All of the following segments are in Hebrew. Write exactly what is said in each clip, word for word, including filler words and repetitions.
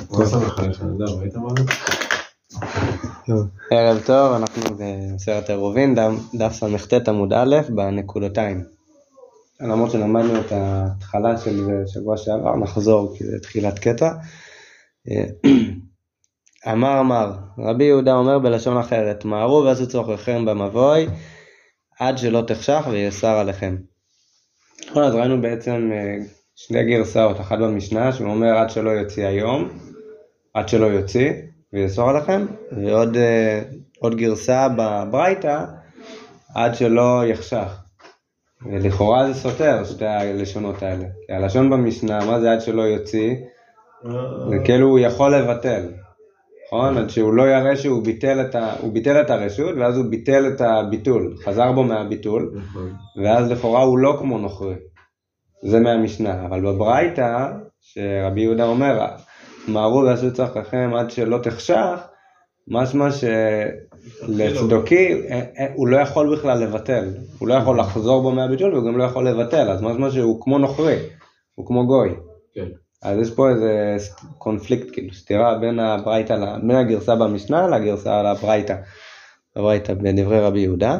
מה שמח עליך, נדב, ראית מה זה? ערב טוב, אנחנו בסרט עירובין, דף ס"ט עמוד א' בנקודתיים. למרות שלמדנו את ההתחלה של שבוע שעבר, נחזור כי זה תחילת קטע. אמר אמר, רבי יהודה אומר בלשון אחרת, מהרו ועשו צורככם במבוי, עד שלא תחשך ויאסר עליכם. אז ראינו בעצם שני גרסאות, אחת במשנה שאומר עד שלא יוציא היום, עד שלא יוציא ויאסור עליכם, ועוד עוד גרסה בברייתא, עד שלא יחשך. ולכאורה זה סותר שתי הלשונות האלה. כי הלשון במשנה, מה זה עד שלא יוציא? זה כאילו הוא יכול לבטל. נכון? עד שהוא לא יראה שהוא ביטל את, ה... הוא ביטל את הרשות, ואז הוא ביטל את הביטול, חזר בו מהביטול, ואז לכאורה הוא לא כמו נוכרי. זה מהמשנה. אבל בברייתא, שרבי יהודה אומר, מהרו ועשו צורככם עד שלא תחשך, משמע שלצדוקי הוא לא יכול בכלל לבטל, הוא לא יכול לחזור בו מהביטול והוא גם לא יכול לבטל, אז משמע שהוא כמו נוכרי, הוא כמו גוי. כן. אז יש פה איזה קונפליקט, כאילו סתירה בין הברייתא, בין הגרסה במשנה לגרסה לברייתא, הברייתא בדברי רבי יהודה.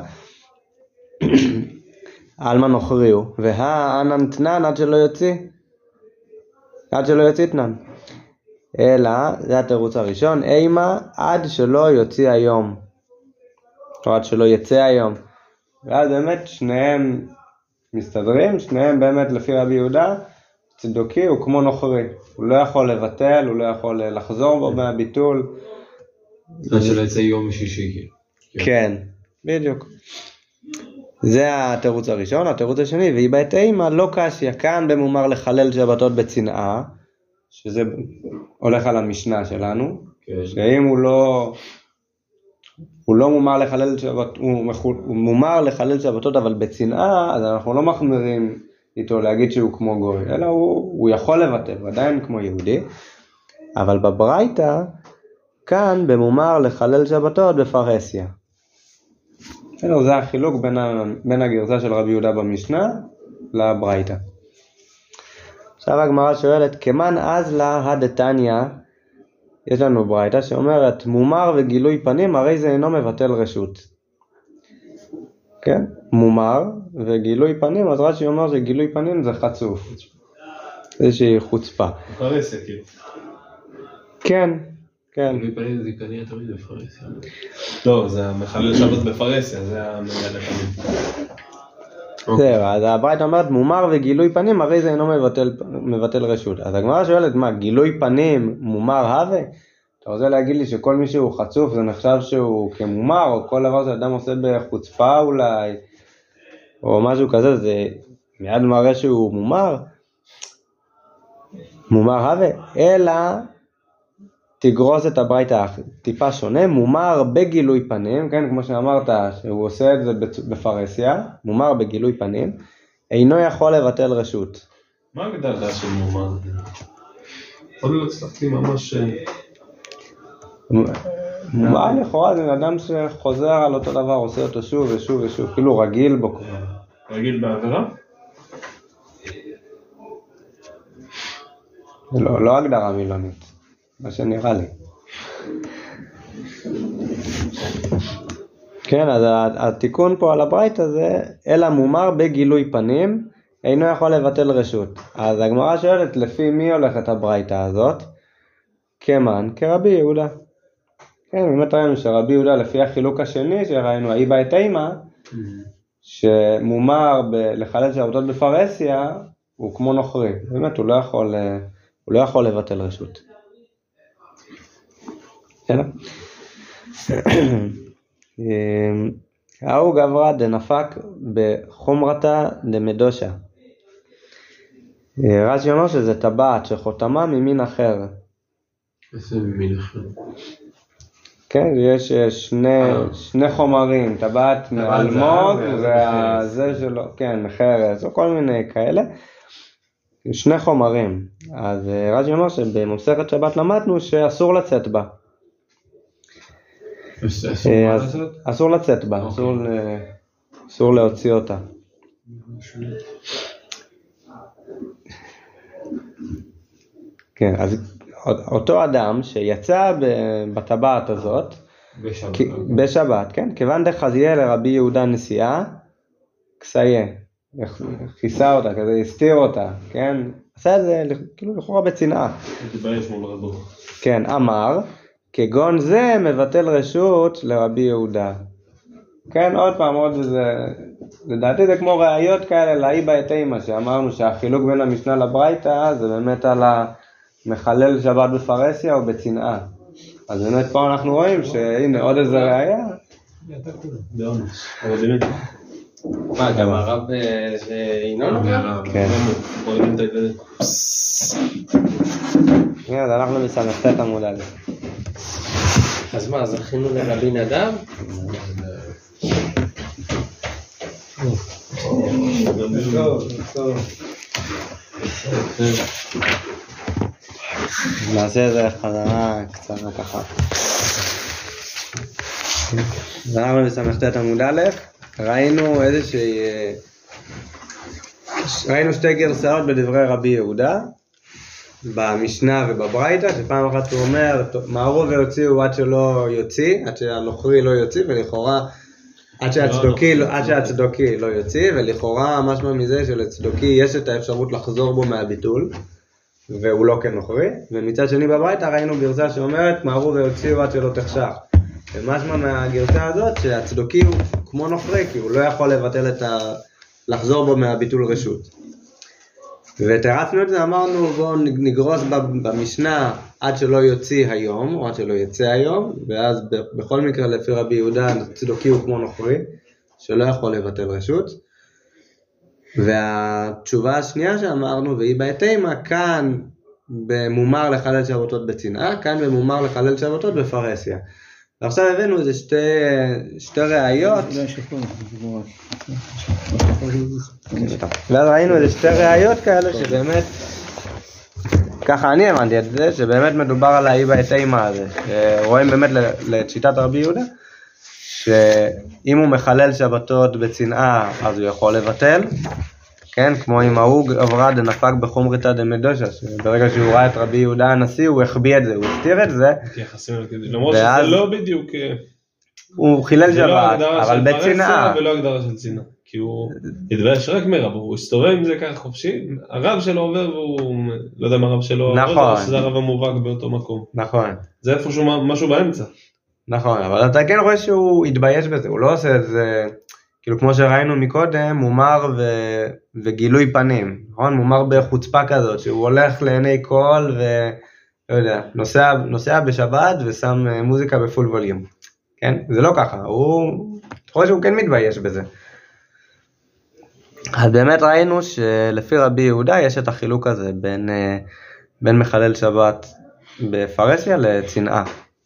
אלמה נוכרי הוא, והאנן תנן עד שלא יוציא, עד שלא יוציא תנן. אלא, זה התירוץ הראשון, אימה עד שלא יוציא היום, או עד שלא יצא היום. ואז באמת שניהם מסתדרים, שניהם באמת לפי רבי יהודה, צדוקי הוא כמו נוכרי, הוא לא יכול לבטל, הוא לא יכול לחזור בו מהביטול. עד שלא יצא יום שישי. כן, בדיוק. זה התירוץ הראשון. התירוץ השני, והיא בעת אימה לא קשיא, כאן במומר לחלל שבתות בצנעה, שזה הולך על המשנה שלנו, כן. שאם הוא לא, הוא לא מומר לחלל שבתות, הוא, הוא מומר לחלל שבתות אבל בצנעה, אז אנחנו לא מחמירים איתו להגיד שהוא כמו גוי, אלא הוא, הוא יכול לבטל, עדיין כמו יהודי, אבל בברייתא, כאן במומר לחלל שבתות בפרהסיה. זה החילוק בין, ה, בין הגרסה של רבי יהודה במשנה לברייתא. עכשיו הגמרא שואלת, כמן אז לה הדתניא, יש לנו ברייתא שאומרת, מומר וגילוי פנים, הרי זה אינו מבטל רשות. כן? מומר וגילוי פנים, אז רש"י אומר שגילוי פנים זה חצוף. איזושהי חוצפה. בפרהסיה, כאילו. כן, כן. גילוי פנים זה כנראה תמיד בפרהסיה. לא, זה המחלל שבת בפרהסיה, זה המגלה פנים. זהו, אז הברייתא אומרת, מומר וגילוי פנים, הרי זה אינו מבטל, מבטל רשות. אז הגמרא שואלת, מה, גילוי פנים, מומר הווה? אתה רוצה להגיד לי שכל מי שהוא חצוף, זה נחשב שהוא כמומר, או כל דבר שאדם עושה בחוצפה אולי, או משהו כזה, זה מיד מראה שהוא מומר? מומר הווה? אלא תגרוס את הברייתא טיפה שונה, מומר בגילוי פנים, כן, כמו שאמרת, שהוא עושה את זה בפרהסיה, מומר בגילוי פנים, אינו יכול לבטל רשות. מה הגדרה של מומר? עוד לא הצלחתי ממש... מומר לכאורה זה אדם שחוזר על אותו דבר, עושה אותו שוב ושוב ושוב, כאילו רגיל בו כבר. רגיל בעבירה? לא, לא הגדרה מילונית. מה שנראה לי. כן, אז התיקון פה על הברייתא זה, אלא מומר בגילוי פנים, אינו יכול לבטל רשות. אז הגמרא שואלת, לפי מי הולכת הברייתא הזאת? כמן, כרבי יהודה. כן, באמת ראינו שרבי יהודה, לפי החילוק השני שראינו, האי בעת אימה, שמומר לחלל שבתות בפרהסיה, הוא כמו נוכרי. באמת, הוא לא יכול, הוא לא יכול לבטל רשות. ההוא גברא דנפק בחומרתא דמדושה. רש"י אומר שזה טבעת שחותמה ממין אחר. איזה ממין אחר? כן, יש שני, שני חומרים, טבעת מאלמוג וזה שלו, כן, מחרס, או כל מיני כאלה. שני חומרים. אז רש"י אומר שבמסכת שבת למדנו שאסור לצאת בה. אסור לצאת בה, אסור להוציא אותה. כן, אז אותו אדם שיצא בטבעת הזאת, בשבת. בשבת, כן, כיוון דחזיה לרבי יהודה נשיאה, כסיה, כיסה אותה, כזה הסתיר אותה, כן, עשה את זה כאילו לכאורה בצנעה. תתבייש מול רבו. כן, אמר, כגון זה מבטל רשות לרבי יהודה. כן, עוד פעם, עוד איזה, לדעתי זה כמו ראיות כאלה לאי בהתאימה, שאמרנו שהחילוק בין המשנה לברייתא זה באמת על המחלל שבת בפרסיה או בצנעה. אז באמת פה אנחנו רואים שהנה עוד איזה ראיה. באונס, אבל באמת. מה, גם הרב זה ינון? כן. רואים את הילדים. אז אנחנו מסמכת את עמוד א'. אז מה, זכינו לרבי נדב? נעשה איזה חזרה קצרה ככה. אז אנחנו מסמכת את עמוד א', ראינו איזושהי, ראינו שתי גרסאות בדברי רבי יהודה, במשנה ובברייתא, שפעם אחת הוא אומר, מהרו ויוציאו עד שלא יוציא, עד שהנוכרי לא יוציא, ולכאורה עד שהצדוקי, עד שהצדוקי לא יוציא, ולכאורה משמע מזה שלצדוקי יש את האפשרות לחזור בו מהביטול, והוא לא כנוכרי, ומצד שני בברייתא ראינו גרסה שאומרת, מהרו ויוציאו עד שלא תחשך. ומשמע מהגרסה הזאת שהצדוקי הוא כמו נוכרי, כי הוא לא יכול לבטל את ה... לחזור בו מהביטול רשות. ותרצנו את זה, אמרנו בואו נגרוס במשנה עד שלא יוציא היום, או עד שלא יצא היום, ואז בכל מקרה לפי רבי יהודה צדוקי הוא כמו נוכרי, שלא יכול לבטל רשות. והתשובה השנייה שאמרנו, והיא בהתאימה, כאן במומר לחלל שבתות בצנעה, כאן במומר לחלל שבתות בפרסיה. ועכשיו הבאנו איזה שתי, שתי ראיות, ואז ראינו איזה שתי ראיות כאלה שבאמת, ככה אני האמנתי את זה, שבאמת מדובר על האי בהתאימה הזה, רואים באמת לשיטת רבי יהודה, שאם הוא מחלל שבתות בצנעה אז הוא יכול לבטל, כן, כמו אם ההוא עברה דנפק בחומריתא דמדושה, שברגע שהוא ראה את רבי יהודה הנשיא הוא החביא את זה, הוא הסתיר את זה, למרות שזה לא בדיוק, הוא חילל שבת, אבל בצנעה, ולא הגדרה של צנעה, כי הוא התבייש רק מרבו, הוא הסתובב עם זה ככה חופשי, הרב שלו עובר והוא, לא יודע מה הרב שלו, נכון, שזה הרב המובהק באותו מקום, נכון, זה איפשהו משהו באמצע, נכון, אבל אתה כן רואה שהוא התבייש בזה, הוא לא עושה את זה, כאילו כמו שראינו מקודם, מומר ו... וגילוי פנים, נכון? מומר בחוצפה כזאת, שהוא הולך לעיני כל ולא יודע, נוסע, נוסע בשבת ושם מוזיקה בפול ווליום, כן? זה לא ככה, הוא, אתה רואה שהוא כן מתבייש בזה. אז באמת ראינו שלפי רבי יהודה יש את החילוק הזה בין, בין מחלל שבת בפרסיה לצנעה.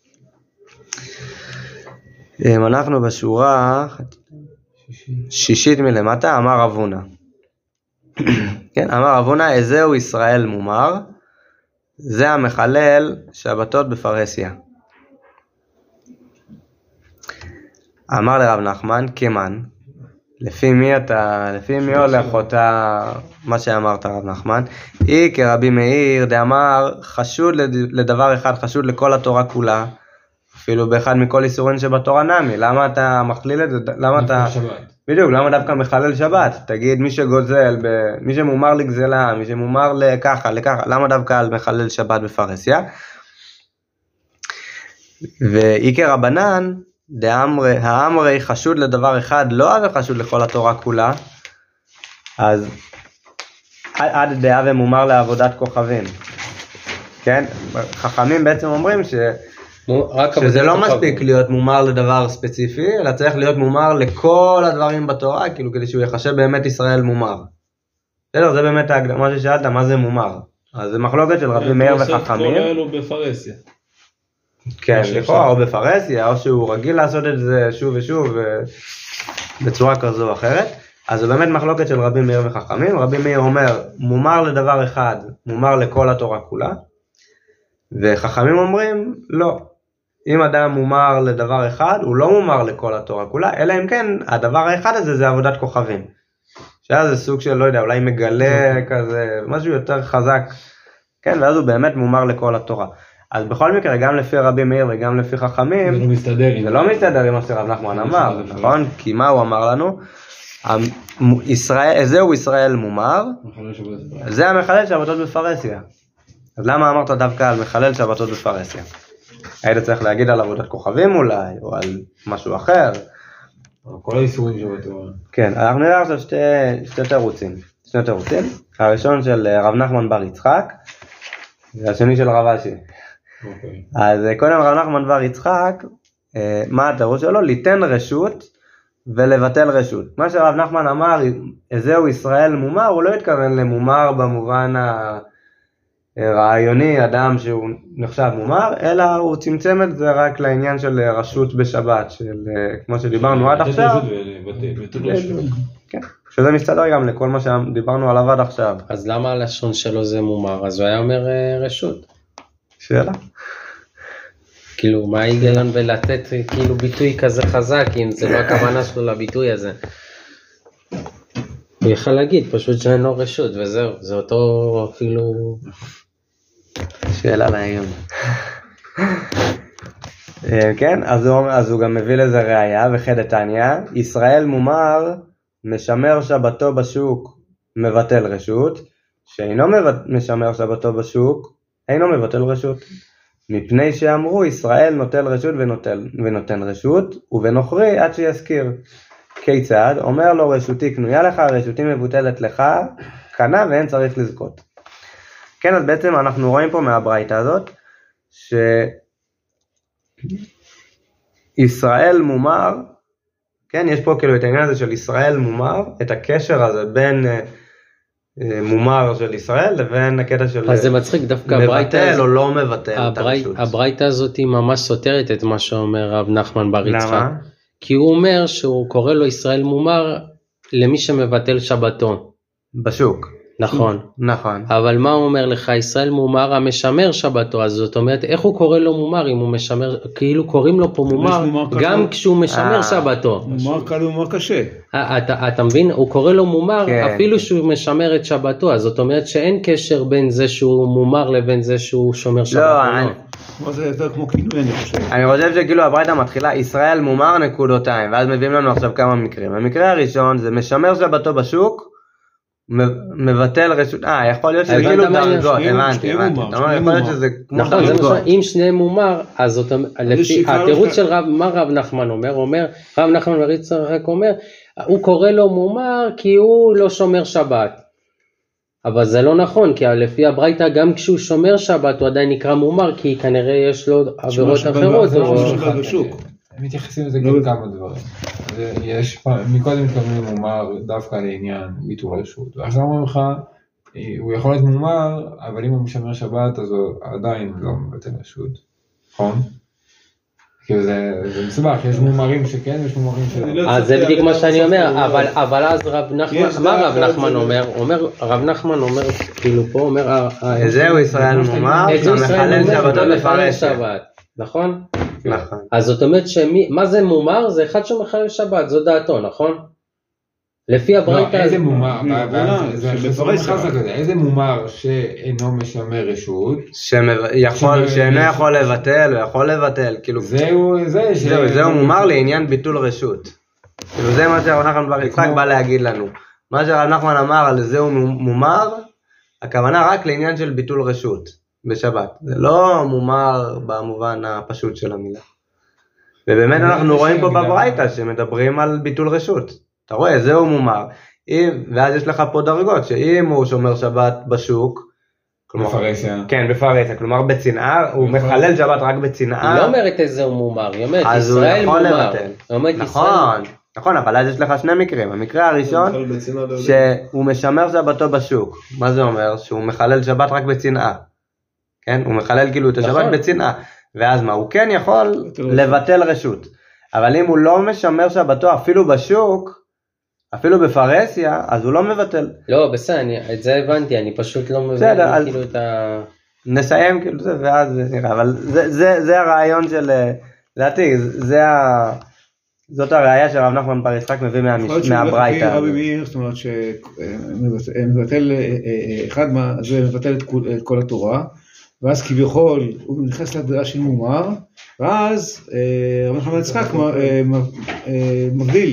אנחנו בשורה שישית מלמטה, אמר אבונה. כן, אמר אבונה, איזהו ישראל מומר, זה המחלל שבתות בפרסיה. אמר לרב נחמן, כמן, לפי מי אתה, לפי מי הולך אותה, מה שאמרת רב נחמן, היא כרבי מאיר, דאמר, חשוד לדבר אחד, חשוד לכל התורה כולה, אפילו באחד מכל איסורין שבתורה נמי, למה אתה מכליל את זה, למה אתה, בדיוק, למה דווקא מחלל שבת, תגיד מי שגוזל, מי שמומר לגזלה, מי שמומר לככה, לככה, למה דווקא על מחלל שבת בפרסיה, ואיקר רבנן, האמרי חשוד לדבר אחד, לא אבל חשוד לכל התורה כולה, אז עד דעה ומומר לעבודת כוכבים, כן, חכמים בעצם אומרים ש... שזה לא מספיק להיות מומר לדבר ספציפי, אלא צריך להיות מומר לכל הדברים בתורה, כאילו כדי שהוא יחשב באמת ישראל מומר. בסדר, זה באמת מה ששאלת, מה זה מומר? אז זה מחלוקת של רבי מאיר וחכמים. כל אלו בפרסיה. כן, לכאורה, או בפרסיה, או שהוא רגיל לעשות את זה שוב ושוב, בצורה כזו או אחרת. אז זה באמת מחלוקת של רבי מאיר וחכמים. רבי מאיר אומר, מומר לדבר אחד, מומר לכל התורה כולה. וחכמים אומרים, לא. אם אדם מומר לדבר אחד, הוא לא מומר לכל התורה כולה, אלא אם כן, הדבר האחד הזה זה עבודת כוכבים. שאז זה סוג של, לא יודע, אולי מגלה כזה, משהו יותר חזק כן, ואז הוא באמת מומר לכל התורה. אז בכל מקרה, גם לפי רבי מאיר וגם לפי חכמים, זה לא מסתדר עם זה לא מסתדר עם מה שרב נחמן אמר, נכון? כי מה הוא אמר לנו? ישראל, זהו ישראל מומר, זה המחלל שבתות בפרהסיה. אז למה אמרת דווקא על מחלל שבתות בפרהסיה? היית צריך להגיד על עבודת כוכבים אולי, או על משהו אחר. כל האיסורים שבתורה. כן, אנחנו נראה עכשיו שתי, שתי תירוצים. שני תירוצים. הראשון של רב נחמן בר יצחק, והשני של רב אשי. אוקיי. אז קודם רב נחמן בר יצחק, מה התירוץ שלו? ליתן רשות ולבטל רשות. מה שרב נחמן אמר, זהו ישראל מומר, הוא לא התכוון למומר במובן הרעיוני, אדם שהוא נחשב מומר, אלא הוא צמצם את זה רק לעניין של רשות בשבת, של כמו שדיברנו עד עכשיו. כן, שזה מסתדר גם לכל מה שדיברנו עליו עד עכשיו. אז למה הלשון שלו זה מומר? אז הוא היה אומר רשות. שאלה. כאילו, מה ההיגיון בלתת כאילו ביטוי כזה חזק, אם זה לא הכוונה שלו לביטוי הזה? הוא יכל להגיד, פשוט שאין לו רשות, וזהו, זה אותו אפילו... שאלה להיום. כן, אז הוא, אז הוא גם מביא לזה ראיה, וחדתניה, ישראל מומר, משמר שבתו בשוק, מבטל רשות, שאינו משמר שבתו בשוק, אינו מבטל רשות. מפני שאמרו, ישראל נוטל רשות ונוטל, ונותן רשות, ובנוכרי עד שיזכיר. כיצד? אומר לו, רשותי קנויה לך, רשותי מבוטלת לך, קנה ואין צריך לזכות. כן, אז בעצם אנחנו רואים פה מהברייתא הזאת, שישראל מומר, כן, יש פה כאילו את העניין הזה של ישראל מומר, את הקשר הזה בין מומר של ישראל לבין הקטע של אז זה מצחיק, דווקא מבטל או לא מבטל את הרשות. הברייתא הזאת היא ממש סותרת את מה שאומר רב נחמן בר יצחק. למה? כי הוא אומר שהוא קורא לו ישראל מומר למי שמבטל שבתו. בשוק. נכון. נכון. אבל מה הוא אומר לך? ישראל מומר המשמר שבתו, אז זאת אומרת, איך הוא קורא לו מומר אם הוא משמר, כאילו קוראים לו פה מומר, גם כשהוא משמר שבתו. מומר קל ומומר קשה. אתה מבין? הוא קורא לו מומר אפילו שהוא משמר את שבתו, אז זאת אומרת שאין קשר בין זה שהוא מומר לבין זה שהוא שומר שבתו. לא, זה יותר כמו כינוי, אני חושב. אני חושב שכאילו הברייתא מתחילה, ישראל מומר נקודותיים, ואז מביאים לנו עכשיו כמה מקרים. המקרה הראשון זה משמר שבתו בשוק, מבטל רשות, אה, יכול להיות שזה כאילו דרגות, הבנתי, הבנתי, יכול להיות שזה כמו דרגות. אם שניהם מומר, אז זאת אומרת, התירוץ של רב, מה רב נחמן אומר? אומר, רב נחמן בר יצחק אומר, הוא קורא לו מומר כי הוא לא שומר שבת. אבל זה לא נכון, כי לפי הברייתא גם כשהוא שומר שבת הוא עדיין נקרא מומר, כי כנראה יש לו עבירות אחרות. הם מתייחסים לזה גם כמה דברים. יש, מקודם מתכוונים מומר דווקא לעניין ביטול רשות. ועכשיו אומרים לך, הוא יכול להיות מומר, אבל אם הוא משמר שבת, אז הוא עדיין לא מבטל רשות. נכון? כאילו זה מסובך, יש מומרים שכן, יש מומרים שלא. אז זה בדיוק מה שאני אומר, אבל אז רב נחמן, מה רב נחמן אומר? אומר, רב נחמן אומר, כאילו פה אומר, זהו ישראל מומר, מחלל שבתו בפרהסיה. נכון? נכון. אז זאת אומרת מה זה מומר? זה אחד שמחלל שבת, זו דעתו, נכון? לפי הברייתא... לא, איזה מומר? איזה מומר שאינו משמר רשות? שאינו יכול לבטל, הוא יכול לבטל, כאילו... זהו, זה... זהו מומר לעניין ביטול רשות. כאילו זה מה שרב נחמן בר יצחק בא להגיד לנו. מה שרב נחמן אמר על זהו מומר, הכוונה רק לעניין של ביטול רשות. בשבת, זה לא מומר במובן הפשוט של המילה. ובאמת אנחנו רואים פה בברייתא שמדברים על ביטול רשות. אתה רואה, זהו מומר. ואז יש לך פה דרגות, שאם הוא שומר שבת בשוק, בפרהסיה. כן, בפרהסיה, כלומר בצנעה, הוא מחלל שבת רק בצנעה. היא לא אומרת איזה הוא מומר, היא אומרת ישראל מומר. נכון, נכון, אבל אז יש לך שני מקרים. המקרה הראשון, שהוא משמר שבתו בשוק. מה זה אומר? שהוא מחלל שבת רק בצנעה. כן? הוא מחלל כאילו את השבת בצנעה, ואז מה? הוא כן יכול לבטל רשות, אבל אם הוא לא משמר שבתו אפילו בשוק, אפילו בפרהסיה, אז הוא לא מבטל. לא, בסדר, את זה הבנתי, אני פשוט לא מבין כאילו את ה... נסיים כאילו זה, ואז נראה, אבל זה הרעיון של, לדעתי, זה זאת הראייה שרב נחמן בר יצחק מביא מהברייתא. רבי מאיר, זאת אומרת שמבטל אחד מה, זה מבטל את כל התורה, ואז כביכול הוא נכנס להגדרה של מומר, ואז רב נחמן בר יצחק מבדיל.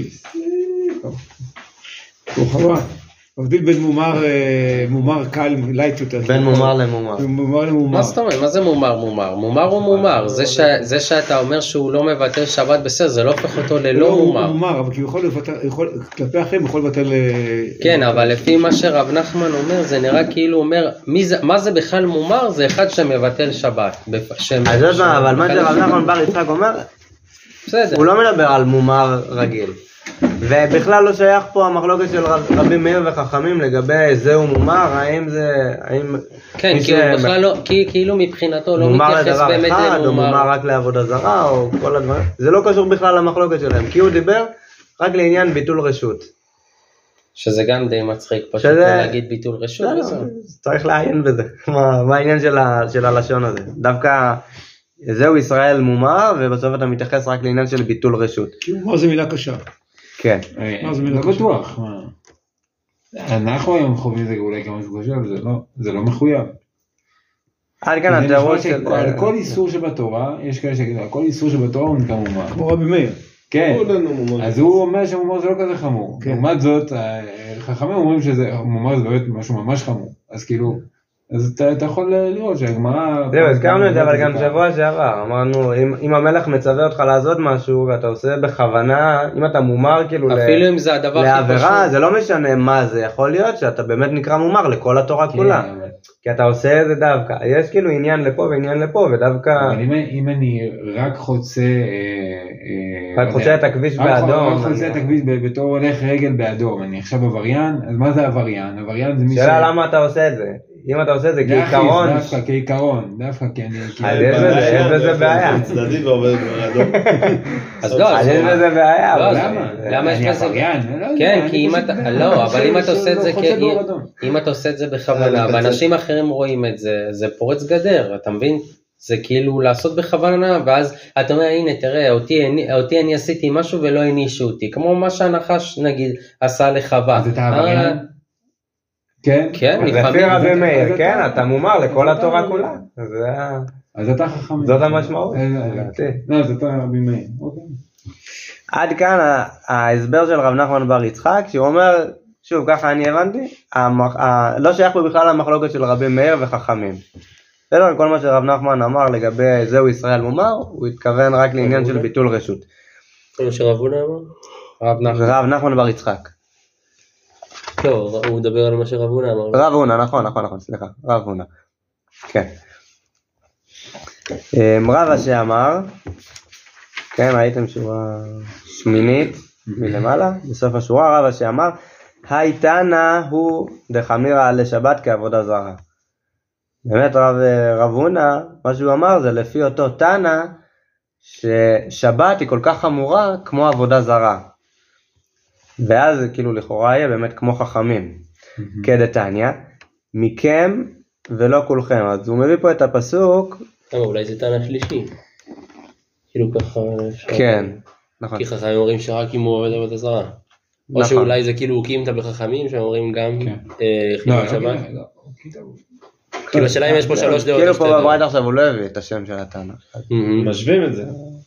מבדיל בין מומר, מומר קל, לייט יותר. בין מומר למומר. מומר למומר. מה זאת אומרת? מה זה מומר מומר? מומר הוא מומר. זה שאתה אומר שהוא לא מבטל שבת בסדר, זה לא הופך אותו ללא מומר. הוא מומר, אבל כלפי אחרים יכול לבטל... כן, אבל לפי מה שרב נחמן אומר, זה נראה כאילו אומר, מה זה בכלל מומר? זה אחד שמבטל שבת. אז זאת מה, אבל מה שרב נחמן בר יצחק אומר, הוא לא מדבר על מומר רגיל. ובכלל לא שייך פה המחלוקת של רב, רבי מאיר וחכמים לגבי זהו מומר, האם זה, האם... כן, כאילו בכלל לא, כאילו מבחינתו לא מתייחס באמת למומר. מומר לדבר אחד, או מומר רק לעבודה זרה, או כל הדברים. זה לא קשור בכלל למחלוקת שלהם, כי הוא דיבר רק לעניין ביטול רשות. שזה גם די מצחיק, פשוט להגיד ביטול רשות. צריך לעיין בזה, מה העניין של הלשון הזה. דווקא זהו ישראל מומר, ובסוף אתה מתייחס רק לעניין של ביטול רשות. כי מומר זה מילה קשה. כן. לא בטוח. אנחנו היום חווים את זה אולי כמשהו קשה, אבל זה לא מחויב. עד כאן התיאוריה של... על כל איסור שבתורה, יש כאלה שגידו, על כל איסור שבתורה הוא נקרא מומר. כמו רבי מאיר. כן, אז הוא אומר שמומר זה לא כזה חמור. לעומת זאת, חכמים אומרים שמומר זה באמת משהו ממש חמור. אז כאילו... אז אתה, אתה יכול לראות שהגמרא... זהו, הזכרנו את זה, אבל גם שבוע שעבר, אמרנו, אם, אם המלך מצווה אותך לעשות משהו, ואתה עושה בכוונה, אם אתה מומר כאילו אפילו ל... אם זה הדבר לעבירה, הכי זה לא משנה מה זה, יכול להיות שאתה באמת נקרא מומר לכל התורה כן, כולה, אבל... כי אתה עושה את זה דווקא, יש כאילו עניין לפה ועניין לפה, ודווקא... אבל אם, אם אני רק חוצה... רק חוצה את הכביש באדום. רק חוצה את הכביש בתור הולך רגל באדום, אני עכשיו עבריין, אז מה זה עבריין? עבריין זה מי ש... שאלה למה אתה עושה את זה? אם אתה עושה את זה כעיקרון... דווקא כעיקרון, דווקא כי אני... יש בזה בעיה. צדדי ועובד באדום. אז לא, יש בזה בעיה. למה? למה יש בזה... כן, כי אם אתה... לא, אבל אם אתה עושה את זה... אם אתה עושה את זה בכוונה, ואנשים אחרים רואים את זה, זה פורץ גדר, אתה מבין? זה כאילו לעשות בכוונה, ואז אתה אומר, הנה, תראה, אותי אני עשיתי משהו ולא הנישו אותי, כמו מה שהנחש, נגיד, עשה לחווה. אז אתה עבריין? כן, כן, לפי רבי מאיר, כן, אתה מומר לכל התורה כולה. אז אתה חכם. זאת המשמעות. לא, אז אתה רבי מאיר. עד כאן ההסבר של רב נחמן בר יצחק, שהוא אומר, שוב, ככה אני הבנתי, לא שייך פה בכלל למחלוקת של רבי מאיר וחכמים. בסדר, כל מה שרב נחמן אמר לגבי זהו ישראל מומר, הוא התכוון רק לעניין של ביטול רשות. כל מה שרב הונא אמר? רב נחמן בר יצחק. לא, הוא מדבר על מה שרב הונא אמר. רב הונא, נכון, נכון, נכון, סליחה, רב הונא. כן. רב אשר אמר, כן, ראיתם שורה שמינית מלמעלה, בסוף השורה, רב אשר אמר, היי תנא הוא דחמירא לשבת כעבודה זרה. באמת רב, רב הונא, מה שהוא אמר זה לפי אותו תנא, ששבת היא כל כך חמורה כמו עבודה זרה. ואז כאילו לכאורה יהיה באמת כמו חכמים. כדתניא, מכם ולא כולכם. אז הוא מביא פה את הפסוק. אבל אולי זה תנא שלישי. כאילו ככה... כן, נכון. כי חכמים אומרים שרק אם הוא עובד עבודה זרה. או שאולי זה כאילו הוקיימת בחכמים, שאומרים גם חילול שבת. כאילו השאלה אם יש פה שלוש דעות. כאילו פה בברייתא עכשיו הוא לא הביא את השם של התנא. משווים את זה.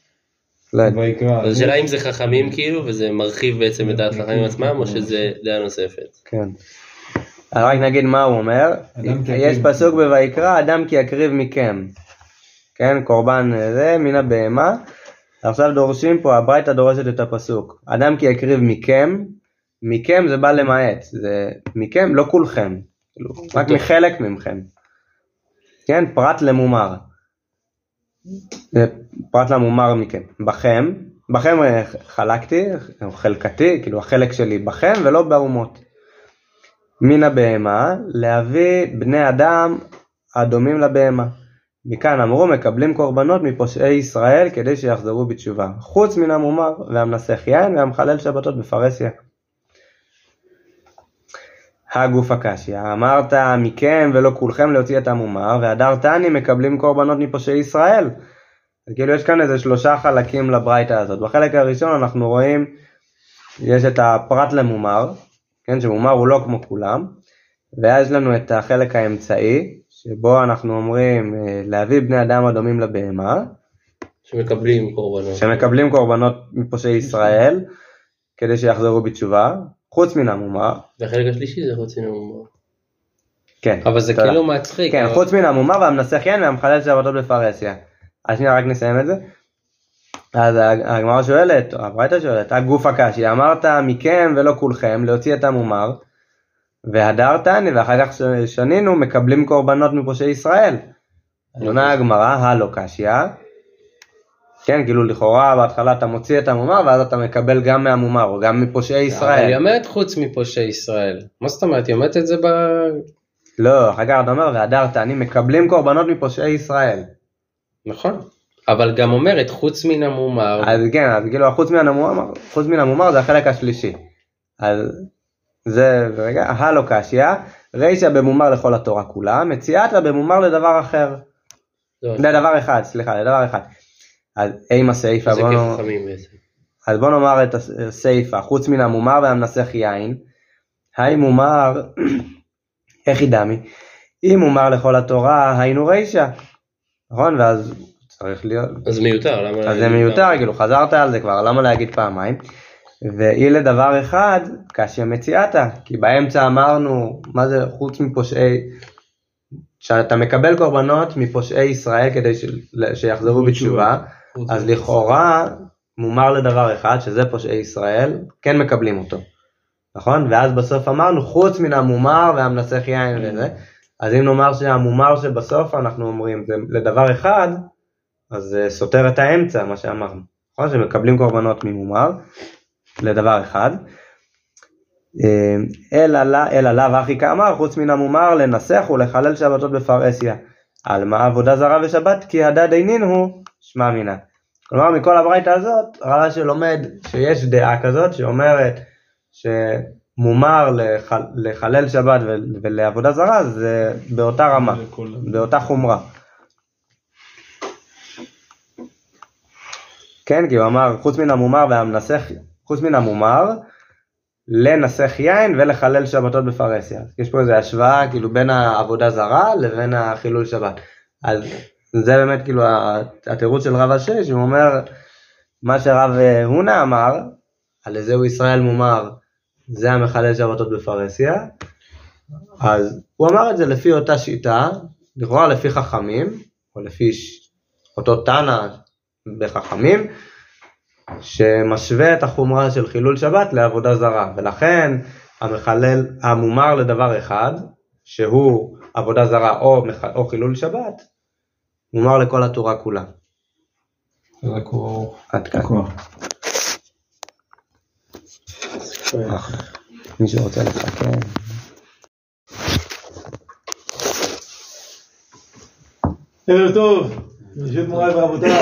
אז השאלה אם זה חכמים כאילו, וזה מרחיב בעצם את דעת חכמים עצמם, או שזה דעה נוספת. כן. רק נגיד מה הוא אומר, יש פסוק בויקרא, אדם כי יקריב מכם. כן, קורבן זה, מן הבהמה. עכשיו דורשים פה, הברייתא דורשת את הפסוק. אדם כי יקריב מכם, מכם זה בא למעט. זה מכם, לא כולכם. רק מחלק ממכם. כן, פרט למומר. פרט למומר מכם. בכם, בכם חלקתי, חלקתי, כאילו החלק שלי בכם ולא באומות. מן הבהמה, להביא בני אדם הדומים לבהמה. מכאן אמרו מקבלים קורבנות מפושעי ישראל כדי שיחזרו בתשובה. חוץ מן המומר והמנסח יין והמחלל שבתות בפרסיה. הגוף הקשיא, אמרת מכם ולא כולכם להוציא את המומר, והדרתני מקבלים קורבנות מפושעי ישראל. כאילו יש כאן איזה שלושה חלקים לברייתא הזאת. בחלק הראשון אנחנו רואים, יש את הפרט למומר, כן, שמומר הוא לא כמו כולם, ויש לנו את החלק האמצעי, שבו אנחנו אומרים להביא בני אדם הדומים לבהמה, שמקבלים קורבנות. שמקבלים קורבנות מפושעי ישראל, כדי שיחזרו בתשובה, חוץ מן המומר. והחלק השלישי זה חוץ מן המומר. כן. אבל זה כאילו מצחיק. כן, חוץ מן המומר והמנסח יין והמחלל שבתות בפרהסיה. אז שנייה, רק נסיים את זה. אז הגמרא שואלת, או הברייתא שואלת, הגוף הקשי, אמרת מכם ולא כולכם להוציא את המומר, והדרתני, ואחר כך שנינו מקבלים קורבנות מפושעי ישראל. עונה הגמרא, הלא קשיא. כן, כאילו לכאורה בהתחלה אתה מוציא את המומר, ואז אתה מקבל גם מהמומר, או גם מפושעי ישראל. אבל היא אומרת חוץ מפושעי ישראל. מה זאת אומרת? היא אומרת את זה ב... לא, אחר כך אתה אומר, והדרתני מקבלים קורבנות מפושעי ישראל. נכון. אבל גם אומרת חוץ מן המומר. אז כן, אז כאילו חוץ מן המומר, חוץ מן המומר זה החלק השלישי. אז זה, רגע, הלא קשיא, רישא במומר לכל התורה כולה, מציאתא במומר לדבר אחר. לדבר אחד, סליחה, לדבר אחד. אז אימה סייפה, בוא נאמר, אז בוא נאמר את הסייפה, חוץ מן המומר והמנסח יין, היי מומר, איך ידמי? אם מומר לכל התורה, היינו רישא, נכון? ואז צריך להיות... אז מיותר, למה... אז זה מיותר, כאילו, חזרת על זה כבר, למה להגיד פעמיים? ואי לדבר אחד, קשיא מציאתא, כי באמצע אמרנו, מה זה חוץ מפושעי, שאתה מקבל קורבנות מפושעי ישראל כדי שיחזרו בתשובה, אז לכאורה מומר לדבר אחד, שזה פושעי ישראל, כן מקבלים אותו, נכון? ואז בסוף אמרנו, חוץ מן המומר והמנסח יין וזה, אז אם נאמר שהמומר שבסוף אנחנו אומרים, זה לדבר אחד, אז זה סותר את האמצע, מה שאמרנו, נכון? שמקבלים קורבנות ממומר, לדבר אחד, אלא לאו אחי כאמר, חוץ מן המומר לנסח ולחלל שבתות בפרהסיה, על מה עבודה זרה ושבת, כי הדד אינין הוא שמע מינה. כלומר, מכל הברייתא הזאת, רבה שלומד שיש דעה כזאת, שאומרת שמומר לחל, לחלל שבת ולעבודה זרה, זה באותה רמה, באותה חומרה. כן, כי הוא אמר, חוץ מן המומר והמנסח, חוץ מן המומר, לנסח יין ולחלל שבתות בפרהסיה. יש פה איזו השוואה כאילו בין העבודה זרה לבין החילול שבת. אז זה באמת כאילו התירוץ של רב אשי, שהוא אומר מה שרב הונא אמר, על איזה הוא ישראל מומר, זה המחלל שבתות בפרהסיה. אז הוא אמר את זה לפי אותה שיטה, לכאורה לפי חכמים, או לפי אותו תנא בחכמים, שמשווה את החומרה של חילול שבת לעבודה זרה, ולכן המחלל, המומר לדבר אחד, שהוא עבודה זרה או, או חילול שבת, מומר לכל התורה כולה. עד כאן. מי שרוצה לחכה. ערב טוב, רשות מוריי ורבותיי.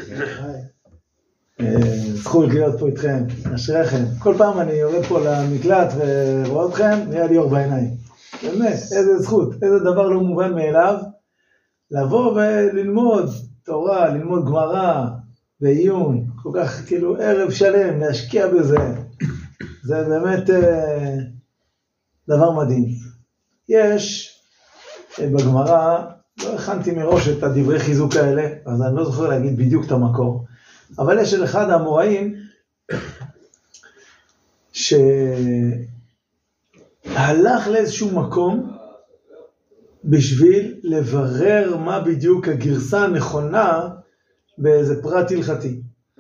זכות להיות פה איתכם, אשריכם. כל פעם אני יורד פה למקלט ורואה אתכם, נראה לי אור בעיניים. באמת, איזה זכות, איזה דבר לא מובן מאליו, לבוא וללמוד תורה, ללמוד גמרא, בעיון, כל כך כאילו ערב שלם, להשקיע בזה. זה באמת אה, דבר מדהים. יש בגמרא, לא הכנתי מראש את הדברי חיזוק האלה, אז אני לא זוכר להגיד בדיוק את המקור. אבל יש של אחד האמוראים שהלך לאיזשהו מקום בשביל לברר מה בדיוק הגרסה הנכונה באיזה פרט הלכתי.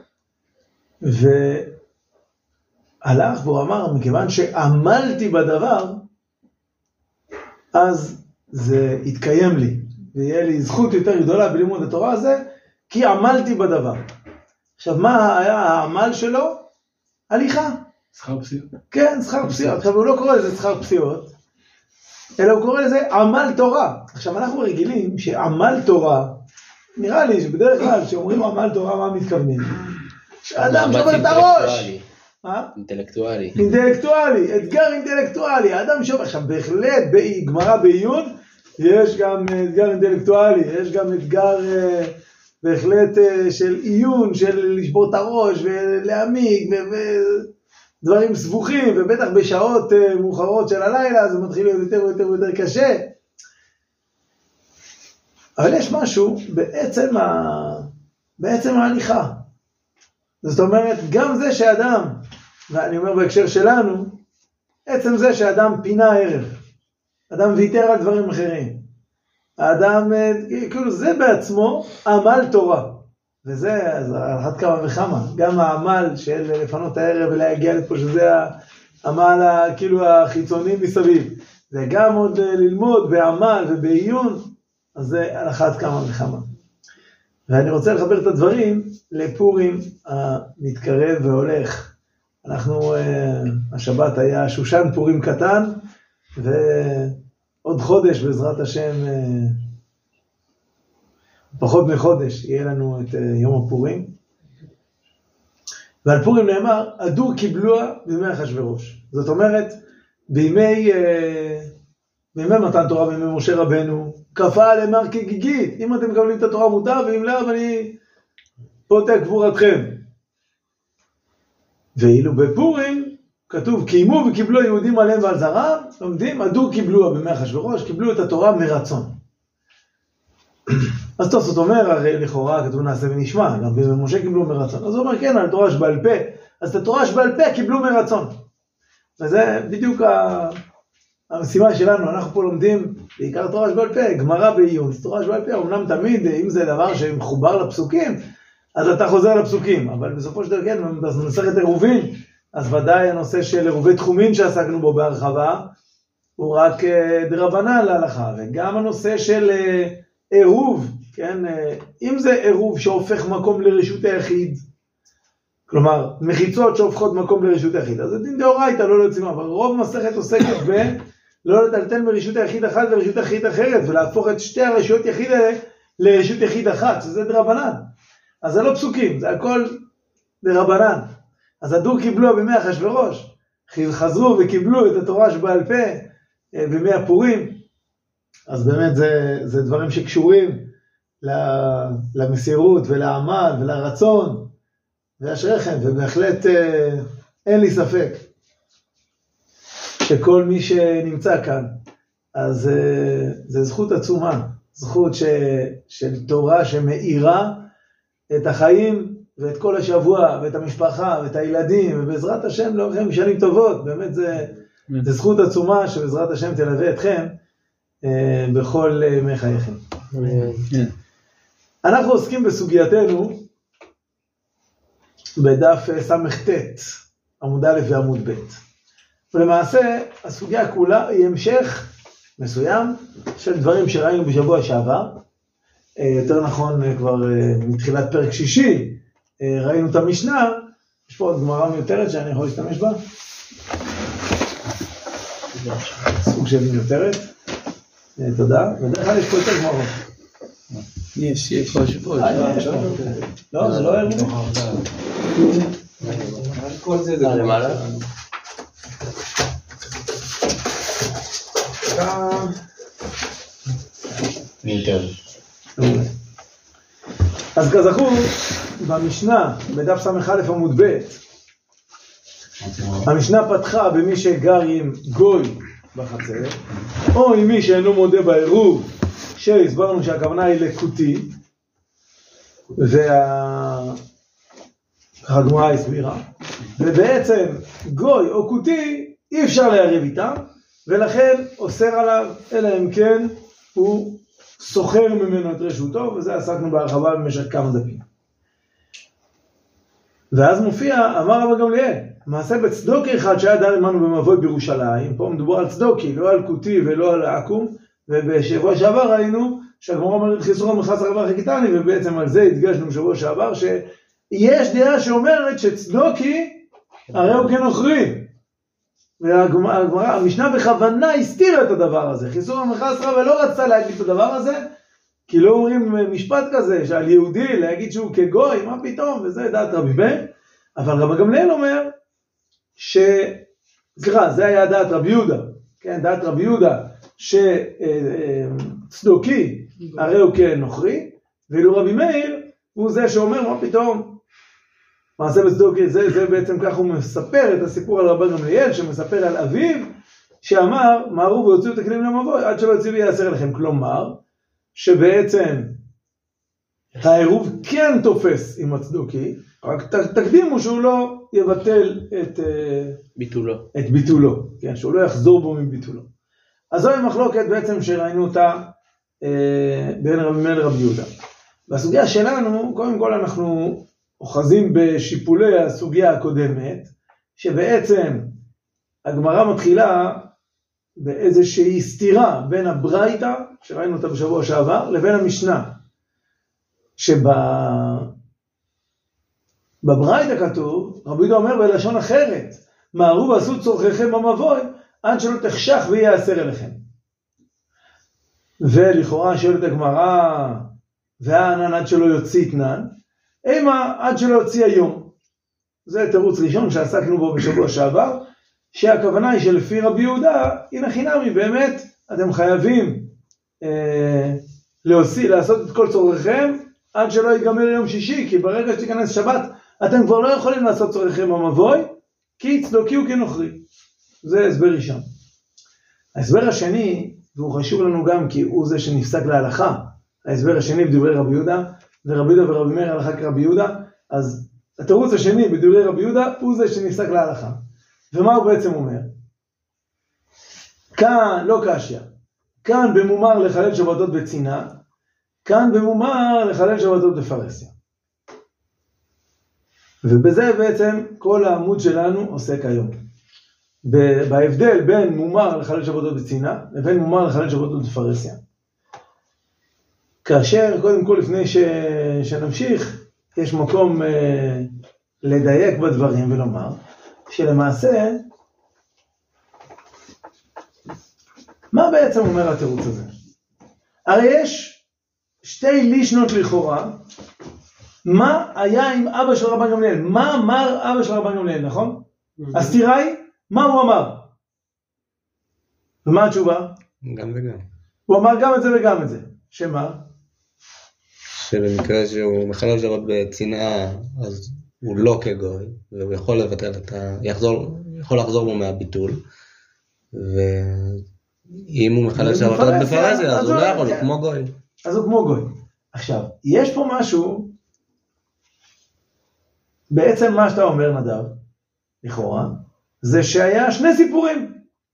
והלך והוא אמר, מכיוון שעמלתי בדבר, אז זה יתקיים לי, ויהיה לי זכות יותר גדולה בלימוד התורה הזה, כי עמלתי בדבר. עכשיו, מה היה העמל שלו? הליכה. שכר פסיעות. כן, שכר פסיעות. עכשיו, הוא לא קורא לזה שכר פסיעות, אלא הוא קורא לזה עמל תורה. עכשיו, אנחנו רגילים שעמל תורה, נראה לי שבדרך כלל, שאומרים עמל תורה, מה מתכוונים? שאדם שובר את הראש. אינטלקטואלי. אינטלקטואלי, אתגר אינטלקטואלי. האדם שובר, עכשיו, בהחלט, בגמרא בעיון, יש גם אתגר אינטלקטואלי, יש גם אתגר... בהחלט של עיון, של לשבור את הראש ולהעמיק ודברים סבוכים, ובטח בשעות מאוחרות של הלילה זה מתחיל להיות יותר ויותר ויותר קשה. אבל יש משהו בעצם, ה... בעצם ההליכה. זאת אומרת, גם זה שאדם, ואני אומר בהקשר שלנו, עצם זה שאדם פינה ערב, אדם ויתר על דברים אחרים, האדם, כאילו זה בעצמו עמל תורה, וזה על אחת כמה וכמה, גם העמל של לפנות הערב ולהגיע לפה, שזה העמל כאילו החיצוני מסביב, וגם עוד ללמוד בעמל ובעיון, אז זה על אחת כמה וכמה. ואני רוצה לחבר את הדברים לפורים המתקרב והולך. אנחנו, השבת היה שושן פורים קטן, ועוד חודש בעזרת השם, פחות מחודש, יהיה לנו את יום הפורים. ועל פורים נאמר, הדור קיבלוה בימי אחשוורוש. זאת אומרת, בימי, בימי מתן תורה, בימי משה רבנו, כפה למר כגיגית, אם אתם מקבלים את התורה מותר, ואם לא, אני פותק גבורתכם. ואילו בפורים, כתוב, קיימו וקיבלו היהודים עליהם ועל זרם, לומדים, הדור קיבלו בימי אחשוורוש, קיבלו את התורה מרצון. אז תוספות אומר, הרי לכאורה כתוב נעשה ונשמע, גם בימי משה קיבלו מרצון. אז הוא אומר, כן, על תורה שבעל פה, אז את התורה שבעל פה קיבלו מרצון. וזה בדיוק ה... המשימה שלנו, אנחנו פה לומדים בעיקר תורה שבעל פה, גמרא בעיון, תורה שבעל פה, אמנם תמיד, אם זה דבר שמחובר לפסוקים, אז אתה חוזר לפסוקים, אבל בסופו של דבר, כן, במסכת עירובין, אז ודאי הנושא של עירובי תחומין שעסקנו בו בהרחבה, הוא רק דרבנן להלכה, וגם הנושא של עירוב, כן, אם זה עירוב שהופך מקום לרשות היחיד, כלומר, מחיצות שהופכות מקום לרשות היחיד, אז זה דין דאורייתא, לא להוצאים, אבל רוב מסכת עוסקת ב... לא לטלטל מרשות היחיד אחת לרשות היחיד אחרת, ולהפוך את שתי הרשויות יחיד האלה לרשות יחיד אחת, שזה דרבנן. אז זה לא פסוקים, זה הכל דרבנן. אז הדור קיבלו בימי אחשוורוש, חזרו וקיבלו את התורה שבעל פה בימי הפורים, אז באמת זה, זה דברים שקשורים למסירות ולעמל ולרצון, ואשריכם, ובהחלט אין לי ספק שכל מי שנמצא כאן, אז זה זכות עצומה, זכות ש, של תורה שמאירה את החיים ואת כל השבוע ואת המשפחה ואת הילדים, ובעזרת השם לאורכם שנים טובות, באמת זה, זה זכות עצומה שבעזרת השם תלווה אתכם אה, בכל ימי חייכם. אנחנו עוסקים בסוגייתנו בדף סמ"ט, עמוד א' ועמוד ב'. ולמעשה הסוגיה כולה היא המשך מסוים של דברים שראינו בשבוע שעבר, יותר נכון כבר מתחילת פרק שישי, ראינו את המשנה, יש פה עוד גמרא מיותרת שאני יכול להשתמש בה, סוג של מיותרת, תודה, בדרך כלל יש פה יותר גמרות. יש, יש פה, יש פה. לא, זה לא ארלי. כל זה זה למעלה. מיותר. אז כזכור, במשנה, בדף ס"א עמוד ב', המשנה פתחה במי שגר עם גוי בחצר, או עם מי שאינו מודה בעירוב, שהסברנו שהכוונה היא לקוטי, והגמרא הסבירה, ובעצם גוי או קוטי אי אפשר לערב איתם, ולכן אוסר עליו, אלא אם כן הוא סוחר ממנו את רשותו, וזה עסקנו בהרחבה במשך כמה דפים. ואז מופיע, אמר רבא גמליאל, מעשה בצדוקי אחד שהיה דר עמנו במבוי בירושלים, פה מדובר על צדוקי, לא על קוטי ולא על עקום, ובשבוע שעבר ראינו שהגמרא אומרת חיסור המכס הרבה חקיתני, ובעצם על זה הדגשנו בשבוע שעבר, שיש דעה שאומרת שצדוקי הרי הוא כנוכרי. והגמרא, המשנה בכוונה הסתירה את הדבר הזה, חיסור המכס הרבה לא רצה להגיד את הדבר הזה, כי לא אומרים משפט כזה, שעל יהודי להגיד שהוא כגוי, מה פתאום, וזה דעת רבי מאיר, אבל רבא גמליאל אומר, ש... סליחה, זה היה דעת רבי יהודה, כן, דעת רבי יהודה, שצדוקי הרי הוא כנוכרי, ואילו רבי מאיר הוא זה שאומר, מה פתאום? מעשה בצדוקי, זה, זה בעצם ככה הוא מספר את הסיפור על רבן גמליאל, שמספר על אביו, שאמר, מהרו ויוציאו את הכלים למבוי, עד שלא יציב ויעשר לכם. כלומר, שבעצם העירוב כן תופס עם הצדוקי, רק תקדימו שהוא לא יבטל את ביטולו, את ביטולו, כן, שהוא לא יחזור בו מביטולו. אז זוהי מחלוקת בעצם שראינו אותה אה, בין רבי מאיר לרבי יהודה. והסוגיה שלנו, קודם כל אנחנו אוחזים בשיפולי הסוגיה הקודמת, שבעצם הגמרא מתחילה באיזושהי סתירה בין הברייתא, שראינו אותה בשבוע שעבר, לבין המשנה. שבברייתא כתוב, רבי יהודה אומר בלשון אחרת, מהרו ועשו צורכיכם במבוי, עד שלא תחשך ויעשר אליכם. ולכאורה שואלת הגמרא, והענן עד שלא יוציא תנן, אימה עד שלא יוציא היום. זה תירוץ ראשון שעסקנו בו בשבוע שעבר, שהכוונה היא שלפי רבי יהודה, הנה חינמי, באמת אתם חייבים אה, להוציא, לעשות את כל צורכיכם, עד שלא יתגמר יום שישי, כי ברגע שתיכנס שבת, אתם כבר לא יכולים לעשות צורכיכם במבוי, כי צדוקי הוא כנוכרי. זה הסבר ראשון. ההסבר השני, והוא חשוב לנו גם כי הוא זה שנפסק להלכה, ההסבר השני בדברי רבי יהודה, ורבי יהודה ורבי מאיר הלכה כרבי יהודה, אז התירוץ השני בדברי רבי יהודה, הוא זה שנפסק להלכה. ומה הוא בעצם אומר? כאן לא קשיא, כאן במומר לחלל שבתות בצינה, כאן במומר לחלל שבתות בפרהסיה. ובזה בעצם כל העמוד שלנו עוסק היום. בהבדל בין מומר לחלל שבתות בצינה, לבין מומר לחלל שבתות בפרהסיה. כאשר, קודם כל לפני ש... שנמשיך, יש מקום אה, לדייק בדברים ולומר, שלמעשה, מה בעצם אומר התירוץ הזה? הרי יש שתי לישנות לכאורה, מה היה עם אבא של רבן גמליאל? מה אמר אבא של רבן גמליאל, נכון? הסתירה היא, מה הוא אמר? ומה התשובה? גם וגם. הוא אמר גם את זה וגם את זה. שמה? שבמקרה שהוא מחלל שבת בצנעה, אז הוא לא כגוי, והוא יכול לבטל את ה... יחזור, יכול לחזור בו מהביטול, ואם הוא מחלל שבת בפרהסיה, אז הוא לא יכול, הוא כמו גוי. אז הוא כמו גוי. עכשיו, יש פה משהו, בעצם מה שאתה אומר נדב, לכאורה, זה שהיה שני סיפורים.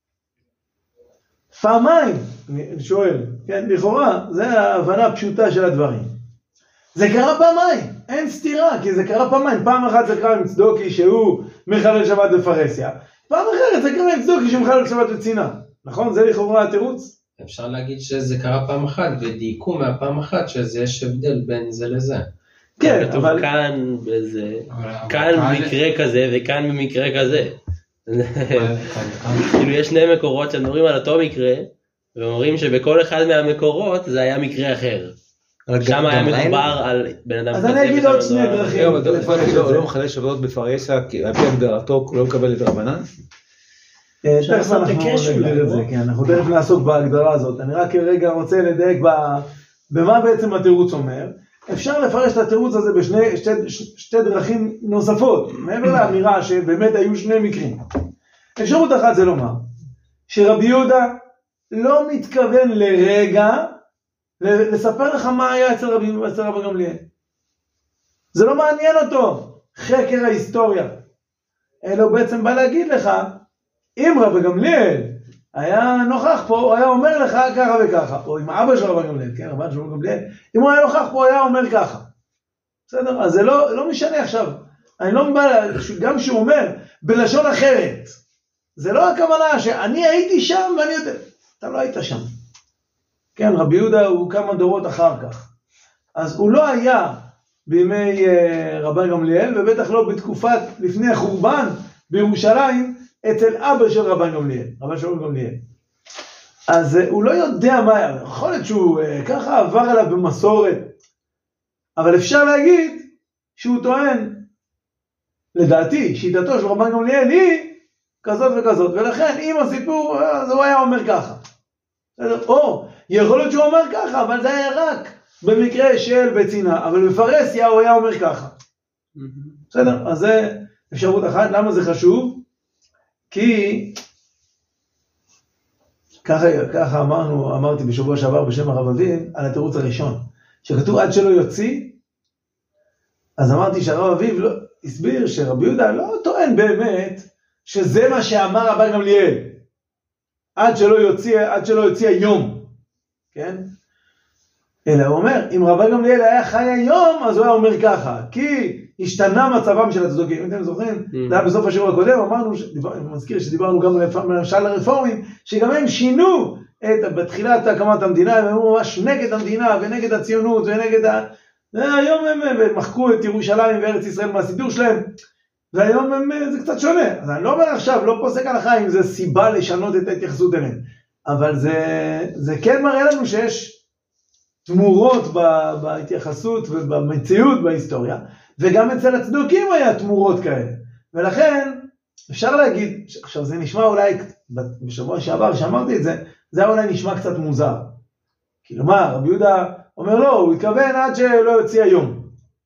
פעמיים, אני שואל, כן, לכאורה, זה ההבנה הפשוטה של הדברים. זה קרה פעמיים, אין סתירה, כי זה קרה פעמיים. פעם אחת זה קרה עם צדוקי שהוא מחלל שבת בפרהסיה, פעם אחרת זה קרה עם צדוקי שמחלל שבת בצינה. נכון? זה לכאורה התירוץ? אפשר להגיד שזה קרה פעם אחת, ודייקו מהפעם אחת שזה יש הבדל בין זה לזה. כן, כתוב אבל... כאן בזה, כאן במקרה כזה וכאן במקרה כזה. כאילו יש שני מקורות שמדברים על אותו מקרה, ואומרים שבכל אחד מהמקורות זה היה מקרה אחר. שם היה מדובר על בן אדם... אז אני אגיד עוד שני דרכים. הוא לא מחלל שבתות בפרהסיה, כי על פי הגדרתו הוא לא מקבל את רבנן? תכף אנחנו נגדיר את זה, כן, אנחנו תכף נעסוק בהגדרה הזאת. אני רק רגע רוצה לדייק במה בעצם התירוץ אומר. אפשר לפרש את התירוץ הזה בשני שתי, שתי דרכים נוספות, מעבר לאמירה שבאמת היו שני מקרים. אפשרות אחת זה לומר, שרבי יהודה לא מתכוון לרגע לספר לך מה היה אצל רבי, אצל רבי גמליאל. זה לא מעניין אותו, חקר ההיסטוריה. אלא הוא בעצם בא להגיד לך, אם רבי גמליאל היה נוכח פה, הוא היה אומר לך ככה וככה, או עם אבא של רבי גמליאל, כן, רבן של רבי גמליאל, אם הוא היה נוכח פה, הוא היה אומר ככה. בסדר? אז זה לא, לא משנה עכשיו. אני לא מבא, גם שהוא אומר, בלשון אחרת. זה לא הכוונה שאני הייתי שם ואני יודע, אתה לא היית שם. כן, רבי יהודה הוא כמה דורות אחר כך. אז הוא לא היה בימי רבן גמליאל, ובטח לא בתקופת לפני החורבן בירושלים, אצל אבא של רבן גמליאל, רבן של רבן גמליאל. אז הוא לא יודע מה היה, יכול להיות שהוא ככה עבר עליו במסורת, אבל אפשר להגיד שהוא טוען, לדעתי, שיטתו של רבן גמליאל היא כזאת וכזאת, ולכן אם הסיפור, אז הוא היה אומר ככה. או, יכול להיות שהוא אומר ככה, אבל זה היה רק במקרה של בצינה, אבל בפרסיה הוא היה אומר ככה. בסדר? אז זה אפשרות אחת. למה זה חשוב? כי ככה, ככה אמרנו, אמרתי בשבוע שעבר בשם הרב אביב על התירוץ הראשון, שכתוב עד שלא יוציא. אז אמרתי שהרב אביב לא, הסביר שרבי יהודה לא טוען באמת שזה מה שאמר רבן גמליאל, עד שלא יוציא, עד שלא יוציא היום, כן? אלא הוא אומר, אם רבן גמליאל היה חי היום, אז הוא היה אומר ככה, כי השתנה מצבם של הצדוקים. אם אתם זוכרים, זה היה בסוף השיעור הקודם, אמרנו, אני מזכיר שדיברנו גם למשל הרפורמים, שגם הם שינו את, בתחילת הקמת המדינה, הם היו ממש נגד המדינה ונגד הציונות ונגד ה... היום הם, הם מחקו את ירושלים וארץ ישראל מהסידור שלהם, והיום הם, זה קצת שונה. אז אני לא אומר עכשיו, לא פוסק הלכה אם זה סיבה לשנות את ההתייחסות אליהם, אבל זה, זה כן מראה לנו שיש תמורות בהתייחסות ובמציאות בהיסטוריה, וגם אצל הצדוקים היה תמורות כאלה. ולכן אפשר להגיד, עכשיו זה נשמע אולי, בשבוע שעבר שאמרתי את זה, זה אולי נשמע קצת מוזר. כלומר, רבי יהודה אומר לא, הוא התכוון עד שלא יוציא היום.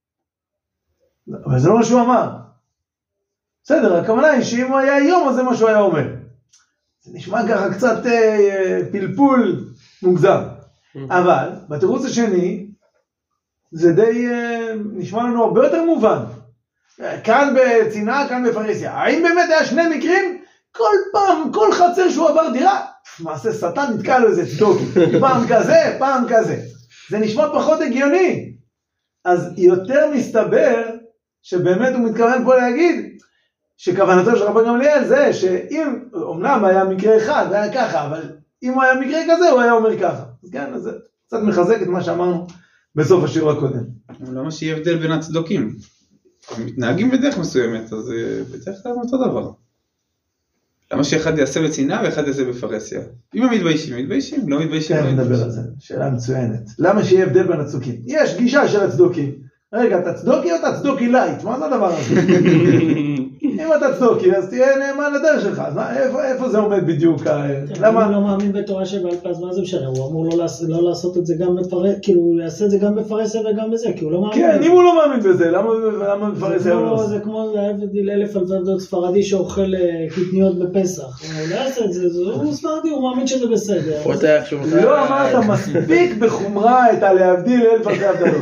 אבל זה לא מה שהוא אמר. בסדר, הכוונה היא שאם הוא היה היום, אז זה מה שהוא היה אומר. זה נשמע ככה קצת אה, פלפול מוגזם. אבל בתירוץ השני, זה די אה, נשמע לנו הרבה יותר מובן. כאן בצינה, כאן בפרסיה. האם באמת היה שני מקרים? כל פעם, כל חצר שהוא עבר דירה, מעשה שטן נתקע לו איזה צדוקי. פעם כזה, פעם כזה. זה נשמע פחות הגיוני. אז יותר מסתבר שבאמת הוא מתכוון פה להגיד שכוונתו של רבן גמליאל זה שאם, אמנם היה מקרה אחד, היה ככה, אבל אם הוא היה מקרה כזה, הוא היה אומר ככה. אז כן, אז זה קצת מחזק את מה שאמרנו בסוף השיעור הקודם. אבל למה שיהיה הבדל בין הצדוקים? הם מתנהגים בדרך מסוימת, אז בדרך כלל אותו דבר. למה שאחד יעשה בצינה ואחד יעשה בפרסיה? אם הם מתביישים, מתביישים, לא מתביישים. כן, נדבר על זה. שאלה מצוינת. למה שיהיה הבדל בין הצדוקים? יש גישה של הצדוקים. רגע, אתה צדוקי או אתה צדוקי לייט? מה זה הדבר הזה? אם אתה צדוקי, אז תהיה נאמן לדרך שלך. אז מה, איפה, איפה זה עומד בדיוק? למה? הוא לא מאמין בתורה שבעל פה, אז מה זה משנה? הוא אמור לא, לעשות, לא לעשות את זה גם בפרסיה, כאילו, הוא יעשה את זה גם בפרסיה וגם בזה, כי הוא לא מאמין. כן, אם הוא לא מאמין בזה, למה, למה בפרסיה הוא לא עושה? זה כמו אלף אלפי ספרדי שאוכל קטניות בפסח. הוא לא יעשה את זה, הוא ספרדי, הוא מאמין שזה בסדר. לא אמרת מספיק בחומרה את הלהבדיל אלף אלפי הבדלות.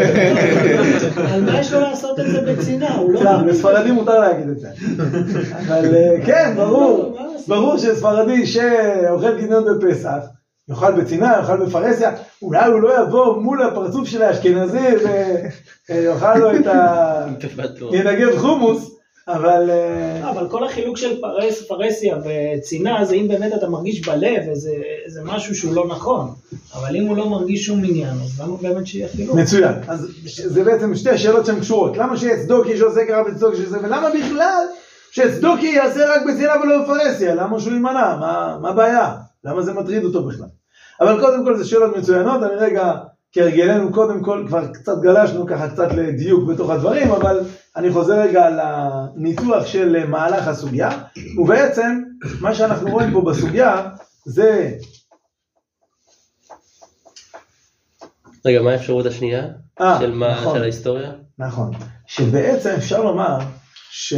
על מה יש לו לעשות את זה בצינה? בספרדים מותר להגיד את זה. אבל כן, ברור, ברור שספרדי שאוכל קטניות בפסח, יאכל בצינה, יאכל בפרסיה, אולי הוא לא יבוא מול הפרצוף של האשכנזי ויאכל לו את ה... ינגב חומוס, אבל... אבל כל החילוק של פרס, פרסיה וצינה זה אם באמת אתה מרגיש בלב, זה משהו שהוא לא נכון, אבל אם הוא לא מרגיש שום עניין, אז למה באמת שיהיה חילוק? מצוין, אז זה בעצם שתי שאלות שהן קשורות, למה שיהיה צדוקי שעושה ככה בצדוקי שעושה, ולמה בכלל שצדוקי יעשה רק בצינה ולא בפרסיה, למה שהוא יימנע, מה, מה הבעיה? למה זה מטריד אותו בכלל? אבל קודם כל זה שאלות מצוינות, אני רגע, כהרגלנו קודם כל, כבר קצת גלשנו ככה קצת לדיוק בתוך הדברים, אבל אני חוזר רגע לניתוח של מהלך הסוגיה, ובעצם מה שאנחנו רואים פה בסוגיה זה... רגע, מה האפשרות השנייה? 아, של מה, נכון, של ההיסטוריה? נכון, שבעצם אפשר לומר ש...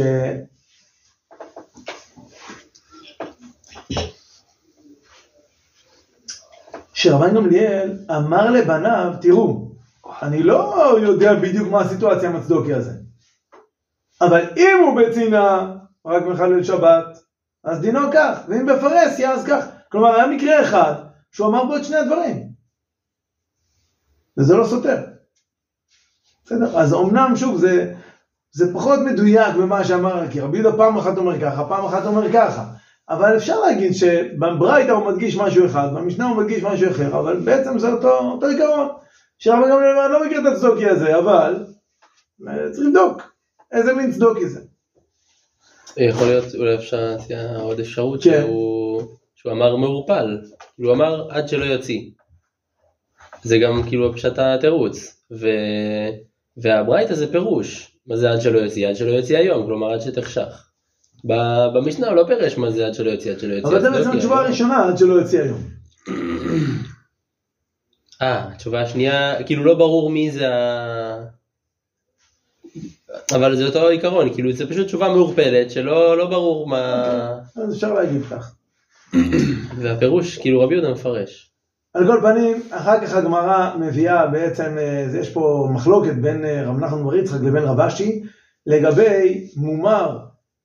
שרבן גמליאל אמר לבניו, תראו, אני לא יודע בדיוק מה הסיטואציה עם הצדוקי הזה, אבל אם הוא בצינה רק מחלל שבת, אז דינו כך, ואם בפרסיה אז כך. כלומר, היה מקרה אחד שהוא אמר בו את שני הדברים, וזה לא סותר. בסדר? אז אמנם שוב זה, זה פחות מדויק במה שאמר, כי רבי יהודה פעם אחת אומר ככה, פעם אחת אומר ככה, אבל אפשר להגיד שבברייתא הוא מדגיש משהו אחד, במשנה הוא מדגיש משהו אחר, אבל בעצם זה אותו, אותו עיקרון, שרבן גמליאל לא מכיר את הצדוקי הזה, אבל צריך לבדוק איזה מין צדוקי זה. יכול להיות, אולי אפשר עוד אפשרות שהוא, שהוא אמר מעורפל, הוא אמר עד שלא יוציא. זה גם כאילו פשט התירוץ, ו... והברייתא זה פירוש, מה זה עד שלא יוציא? עד שלא יוציא היום, כלומר עד שתחשך. במשנה הוא לא פירש מה זה עד שלא יוציא, עד שלא יוציא. אבל זה בעצם התשובה הראשונה, עד שלא יוציא היום. אה, התשובה השנייה, כאילו לא ברור מי זה ה... אבל זה אותו עיקרון, כאילו זה פשוט תשובה מעורפלת, שלא לא ברור מה... אז אפשר להגיד כך. והפירוש, כאילו רבי יהודה מפרש. על כל פנים, אחר כך הגמרא מביאה בעצם, יש פה מחלוקת בין רב נחמן בר יצחק לבין רב אשי, לגבי מומר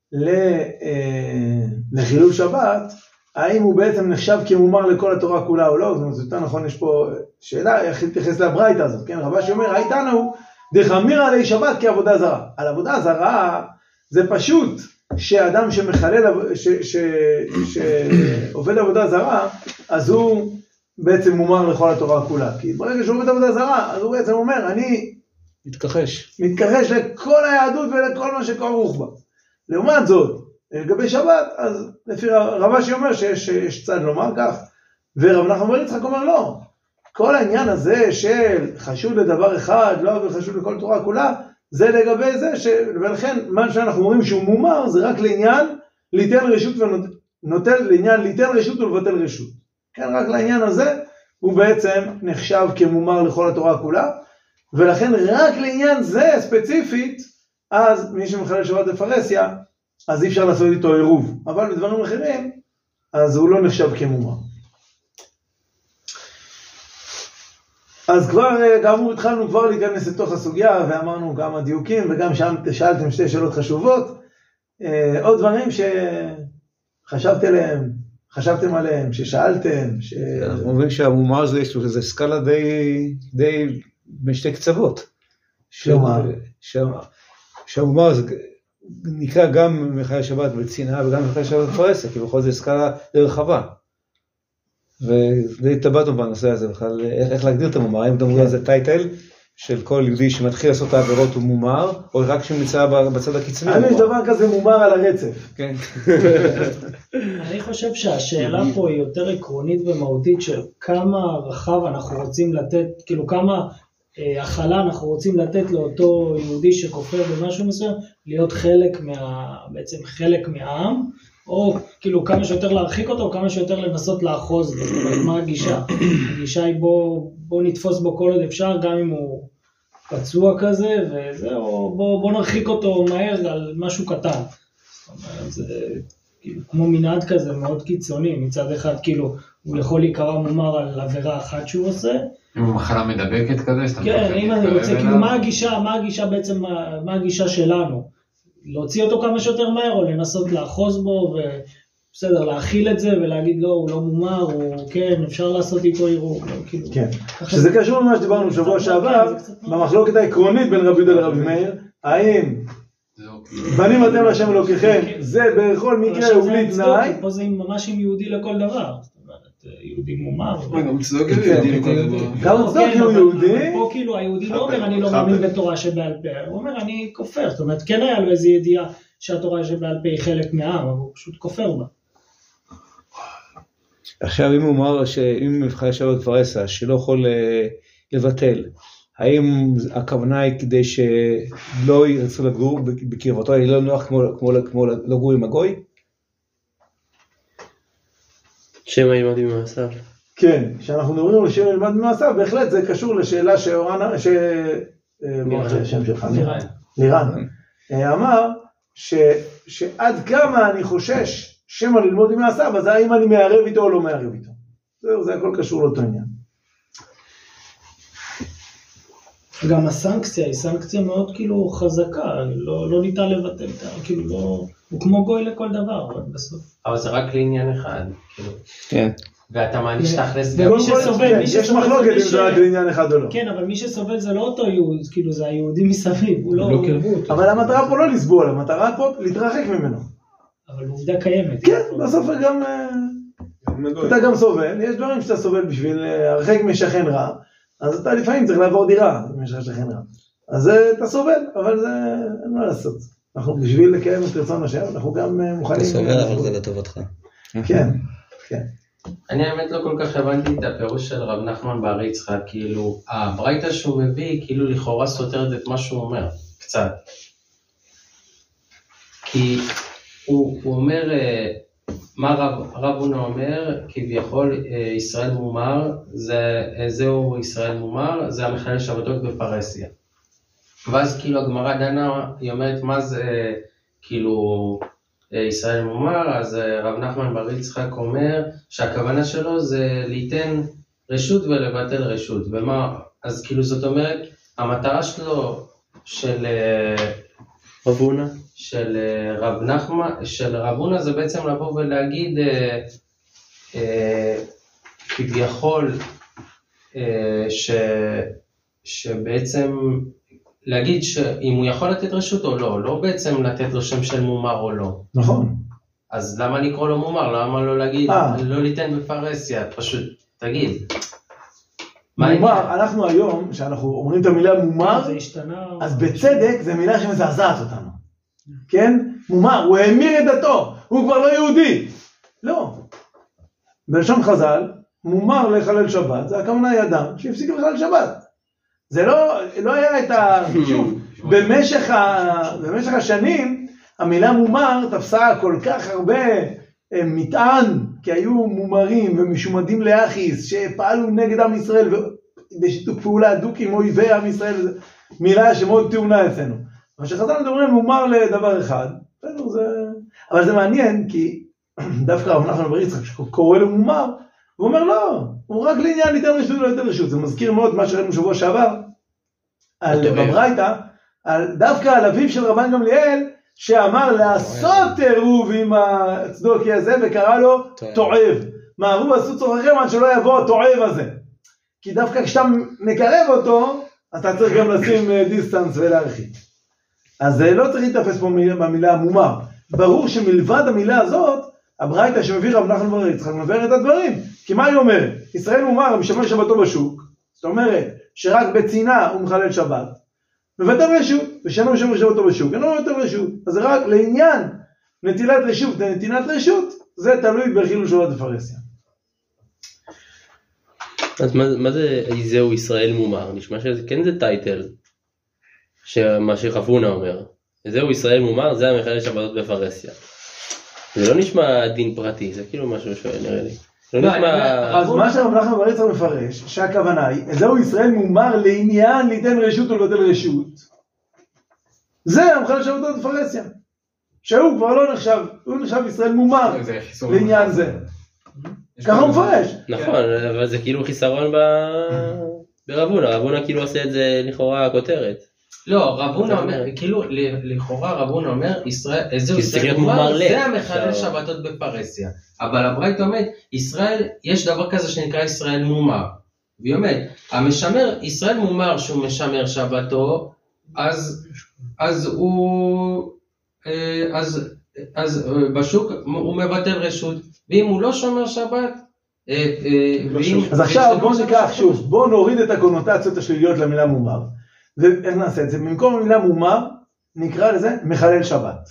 לחילול שבת, האם הוא בעצם נחשב כמומר לכל התורה כולה או לא? זאת אומרת, יותר נכון, יש פה שאלה, איך להתייחס לברייתא הזאת, כן? רב אשי אומר, הייתנו דחמירא עלי שבת כעבודה זרה. על עבודה זרה זה פשוט שאדם שמחלל, ש, ש, שעובד עבודה זרה, אז הוא בעצם מומר לכל התורה כולה. כי ברגע שהוא עובד עבודה זרה, אז הוא בעצם אומר, אני מתכחש. מתכחש לכל היהדות ולכל מה שכרוך בה. לעומת זאת, לגבי שבת, אז לפי רב אשי אומר שיש, שיש צד לומר כך, ורב נחמן בר יצחק אומר לא. כל העניין הזה של חשוד לדבר אחד, לא וחשוד לכל תורה כולה, זה לגבי זה, ש... ולכן מה שאנחנו אומרים שהוא מומר, זה רק לעניין ליתן רשות ונוטל, לעניין ליתן רשות ולבטל רשות. כן, רק לעניין הזה, הוא בעצם נחשב כמומר לכל התורה כולה, ולכן רק לעניין זה ספציפית, אז מי שמחלל שבת בפרהסיה, אז אי אפשר לעשות איתו עירוב. אבל בדברים אחרים, אז הוא לא נחשב כמומר. אז כבר, כאמור, התחלנו כבר להיכנס לתוך הסוגיה, ואמרנו כמה דיוקים, וגם שם שאלתם שתי שאלות חשובות. עוד דברים שחשבתם עליהם, חשבתם עליהם, ששאלתם. ש... אנחנו אומרים שהמומר הזה יש לו איזו סקאלה די, די בשתי קצוות. שמה? שהמומר זה נקרא גם מחלל שבת בצנעה, וגם מחלל שבת בפרהסיה, כי בכל זה סקאלה די רחבה. ודי התלבטנו בנושא הזה בכלל, איך להגדיר את המומר, האם אתה אומר זה טייטל של כל יהודי שמתחיל לעשות את העבירות הוא מומר, או רק שנמצא בצד הקיצוני? האם יש דבר כזה מומר על הרצף? כן. אני חושב שהשאלה פה היא יותר עקרונית ומהותית של כמה רחב אנחנו רוצים לתת, כאילו כמה הכלה אנחנו רוצים לתת לאותו יהודי שכופר במשהו מסוים, להיות חלק מה, בעצם חלק מהעם, או כאילו כמה שיותר להרחיק אותו, או כמה שיותר לנסות לאחוז בו. מה הגישה? הגישה היא בוא, בוא נתפוס בו כל עוד אפשר, גם אם הוא פצוע כזה, וזה, או בוא, בוא נרחיק אותו מהר על משהו קטן. זאת אומרת, זה כאילו, כמו מנעד כזה מאוד קיצוני, מצד אחד כאילו הוא יכול להיקרא מומר על עבירה אחת שהוא עושה. אם הוא מחלה מדבקת כזה, כן, אם אני רוצה, כאילו מה הגישה, מה הגישה בעצם, מה, מה הגישה שלנו? להוציא אותו כמה שיותר מהר, או לנסות לאחוז בו, ובסדר, להכיל את זה, ולהגיד לא, הוא לא מומר, הוא כן, אפשר לעשות איתו עירוב, כאילו. כן, שזה קשור למה שדיברנו בשבוע שעבר, במחלוקת העקרונית בין רבי יהודה לרבי מאיר, האם בנים אתם להשם אלוקיכם, זה בכל מקרה ובלי תנאי. פה זה ממש עם יהודי לכל דבר. יהודי מומר. גם צדוקי הוא יהודי לכל דבר. גם צדוקי הוא יהודי. פה כאילו היהודי לא אומר אני לא מאמין בתורה שבעל פה, הוא אומר אני כופר, זאת אומרת כן היה לו איזו ידיעה שהתורה שבעל פה היא חלק מהעם, אבל הוא פשוט כופר בה. עכשיו אם הוא אומר שאם מחלל שבת בפרהסיה שלא יכול לבטל, האם הכוונה היא כדי שלא ירצו לגור בקרבתו, היא לא נוח כמו לגור עם הגוי? שמא ילמד ממעשיו. כן, כשאנחנו מדברים על שמא ילמד ממעשיו, בהחלט זה קשור לשאלה שאורנה, ש... השם שלך, לירן, אמר שעד כמה אני חושש שמא ללמוד ממעשיו, אז האם אני מערב איתו או לא מערב איתו. זהו, זה הכל קשור לאותו עניין. גם הסנקציה היא סנקציה מאוד כאילו חזקה, לא, לא ניתן לבטל אותה, כאילו לא, הוא כמו גוי לכל דבר, אבל בסוף. אבל זה רק לעניין אחד, כאילו. כן. ואתה מעניש תכלס גם. ומי שסובל, מי יש מחלוקת אם זה רק לעניין אחד או לא. כן, אבל מי שסובל זה לא אותו יהוד, כאילו זה היהודי מסביב, הוא לא קרבו אותו. אבל המטרה פה לא לסבול, המטרה פה להתרחק ממנו. אבל עובדה קיימת. כן, בסוף גם, אתה גם סובל, יש דברים שאתה סובל בשביל הרחק משכן רע, אז אתה לפעמים צריך לעבור דירה, אם יש לך שכן רע. אז אתה סובל, אבל זה אין מה לעשות. אנחנו בשביל לקיים את רצון השם, אנחנו גם מוכנים. אתה סובל, אבל זה לטובתך. כן, כן. אני האמת לא כל כך הבנתי את הפירוש של רב נחמן בר יצחק, כאילו, הברייתא שהוא מביא, כאילו לכאורה סותרת את מה שהוא אומר, קצת. כי הוא, הוא אומר, מה רב, רב הונא אומר, כביכול ישראל מומר, זה, זהו ישראל מומר, זה המחלל שבתות בפרהסיה. ואז כאילו הגמרא דנה, היא אומרת מה זה כאילו ישראל מומר, אז רב נחמן בר יצחק אומר שהכוונה שלו זה ליתן רשות ולבטל רשות. ומה, אז כאילו זאת אומרת, המטרה שלו של רב הונא, של רב נחמן, של רב הונא זה בעצם לבוא ולהגיד אה, אה, כביכול אה, ש, שבעצם להגיד שאם הוא יכול לתת רשות או לא, לא בעצם לתת לו שם של מומר או לא. נכון. אז למה לקרוא לו מומר? למה לא להגיד, אה. לא ליתן בפרהסיה? פשוט תגיד. מומר, אנחנו היום, שאנחנו אומרים את המילה מומר, זה השתנה. אז בצדק זה מילה שמזעזעת אותנו. כן? מומר, הוא האמיר את דתו, הוא כבר לא יהודי. לא. בלשון חז"ל, מומר לחלל שבת, זה הכוונה היא אדם שהפסיק לחלל שבת. זה לא, לא היה את ה... שוב, במשך, ה, במשך השנים, המילה מומר תפסה כל כך הרבה מטען, כי היו מומרים ומשומדים לאחיס, שפעלו נגד עם ישראל, ובשיתוף פעולה הדוק עם אויבי עם ישראל, מילה שמאוד טעונה אצלנו. אבל שחז"ל מדברים מומר לדבר אחד, זה... אבל זה מעניין, כי דווקא רב נחמן בר יצחק, שקורא לו מומר, הוא אומר לא, הוא רק לעניין ניתן רשות ולא ניתן רשות. זה מזכיר מאוד מה שראינו שבוע שעבר, על בברייתא, דווקא על אביו של רבן גמליאל, שאמר לעשות עירוב עם הצדוקי הזה, וקרא לו תועב. מערוב עשו צורכם עד שלא יבוא התועב הזה. כי דווקא כשאתה מקרב אותו, אתה צריך גם לשים דיסטנס ולהרחיק. אז לא צריך להתאפס פה במילה מומר. ברור שמלבד המילה הזאת, הברייתא שמביא רב נחמן בר יצחק מבאר את הדברים. כי מה היא אומרת? ישראל מומר משמר שבתו בשוק. זאת אומרת שרק בצינה הוא מחלל שבת. מבטל רשות, ושאינו משמר שבתו בשוק, אינו מבטל רשות. אז זה רק לעניין נטילת רשות ונתינת רשות, זה תלוי בחילול שבת בפרהסיה. אז מה, מה זה זהו ישראל מומר? נשמע שזה כן זה טייטל, שמה שרב הונא אומר. זהו ישראל מומר, זה המחלל שבתות בפרהסיה. זה לא נשמע דין פרטי, זה כאילו משהו שנראה לי. לא נשמע... אז מה שרב נחמן בר יצחק מפרש, שהכוונה היא, זהו ישראל מומר לעניין ליתן רשות ולבטל רשות. זה המחלל שבתות בפרהסיה. שהוא כבר לא נחשב, הוא נחשב ישראל מומר לעניין זה. ככה הוא מפרש. נכון, אבל זה כאילו חיסרון ברב הונא. רב הונא כאילו עושה את זה לכאורה הכותרת. לא, רב הונא אומר, כאילו, לכאורה רב הונא אומר, זהו ישראל מומר, זה המחלל שבתות בפרהסיה. אבל הברייתא אומרת, ישראל, יש דבר כזה שנקרא ישראל מומר. והיא אומרת, המשמר, ישראל מומר שהוא משמר שבתו, אז, אז הוא, אז, אז בשוק הוא מבטל רשות, ואם הוא לא שומר שבת, אז עכשיו בואו ניקח שוב, בואו נוריד את הקונוטציות השליליות למילה מומר. ואיך נעשה את זה? במקום המילה מומר, נקרא לזה מחלל שבת.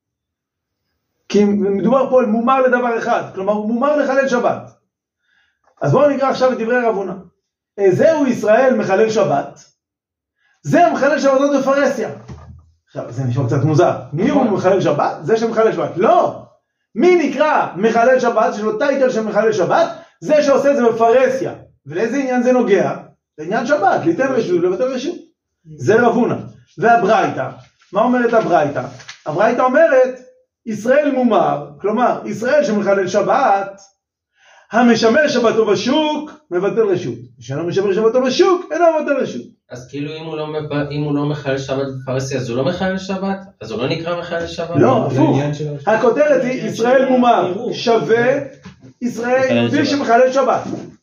כי מדובר פה על מומר לדבר אחד, כלומר הוא מומר לחלל שבת. אז בואו נקרא עכשיו את דברי רב הונא. זהו ישראל מחלל שבת, זה המחלל שבתות בפרהסיה. עכשיו זה נשמע קצת מוזר, מי הוא מחלל שבת? זה שמחלל שבת. לא! מי נקרא מחלל שבת, שיש לו טייטל של מחלל שבת? זה שעושה את זה בפרהסיה. ולאיזה עניין זה נוגע? זה עניין שבת, ליתן רשות ולבטל רשות. זה רב הונא. והברייתא, מה אומרת הברייתא? הברייתא אומרת, ישראל מומר, כלומר, ישראל שמחלל שבת, המשמר שבתו בשוק, מבטל רשות. שאינו משמר שבתו בשוק, אינו מבטל רשות. אז כאילו אם הוא לא, אם הוא לא מחלל שבת בפרהסיה, אז הוא לא מחלל שבת? אז הוא לא נקרא מחלל שבת? לא, הפוך. הכותרת היא, ישראל מומר שווה, ישראל יהודי שמחלל שבת.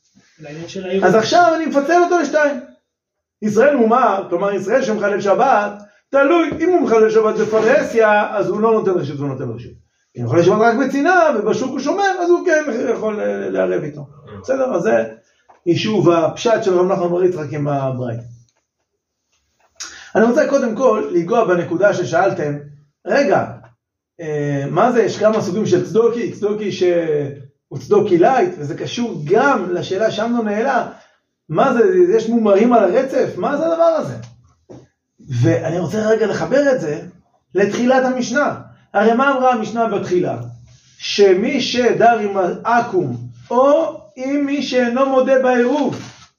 אז עכשיו אני מפצל אותו לשתיים. ישראל מומר, כלומר ישראל שמחלל שבת, תלוי, אם הוא מחלל שבת בפרהסיה, אז הוא לא נותן רשות והוא נותן רשות. אם הוא מחלל שבת רק בצינה, ובשוק הוא שומר, אז הוא כן יכול לערב איתו. בסדר? אז זה יישוב הפשט של רב נחמן בר יצחק עם הברייתא. אני רוצה קודם כל לגוע בנקודה ששאלתם, רגע, מה זה, יש כמה סוגים של צדוקי, צדוקי שהוא צדוקי לייט, וזה קשור גם לשאלה שאמנון העלה, מה זה, יש מומרים על הרצף, מה זה הדבר הזה? ואני רוצה רגע לחבר את זה לתחילת המשנה. הרי מה אמרה המשנה בתחילה? שמי שדר עם העקום, או עם מי שאינו מודה בעירוב.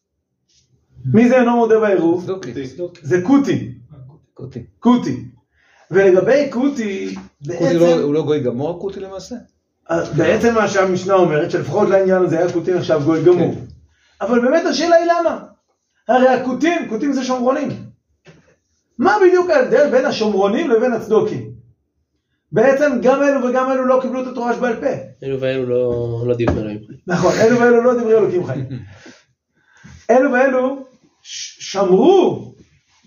מי זה אינו מודה בעירוב? זה קוטי. קוטי. קוטי. ולגבי קוטי, בעצם... הוא לא גוי גמור קוטי למעשה? בעצם מה שהמשנה אומרת, שלפחות לעניין הזה היה קוטי עכשיו גוי גמור. אבל באמת השאלה היא למה? הרי הקוטים, קוטים זה שומרונים. מה בדיוק ההבדל בין השומרונים לבין הצדוקים? בעצם גם אלו וגם אלו לא קיבלו את התורה שבעל פה. אלו ואלו לא, לא דיברו אלוהים חיים. נכון, אלו ואלו לא דיברו אלוקים חיים. אלו ואלו שמרו,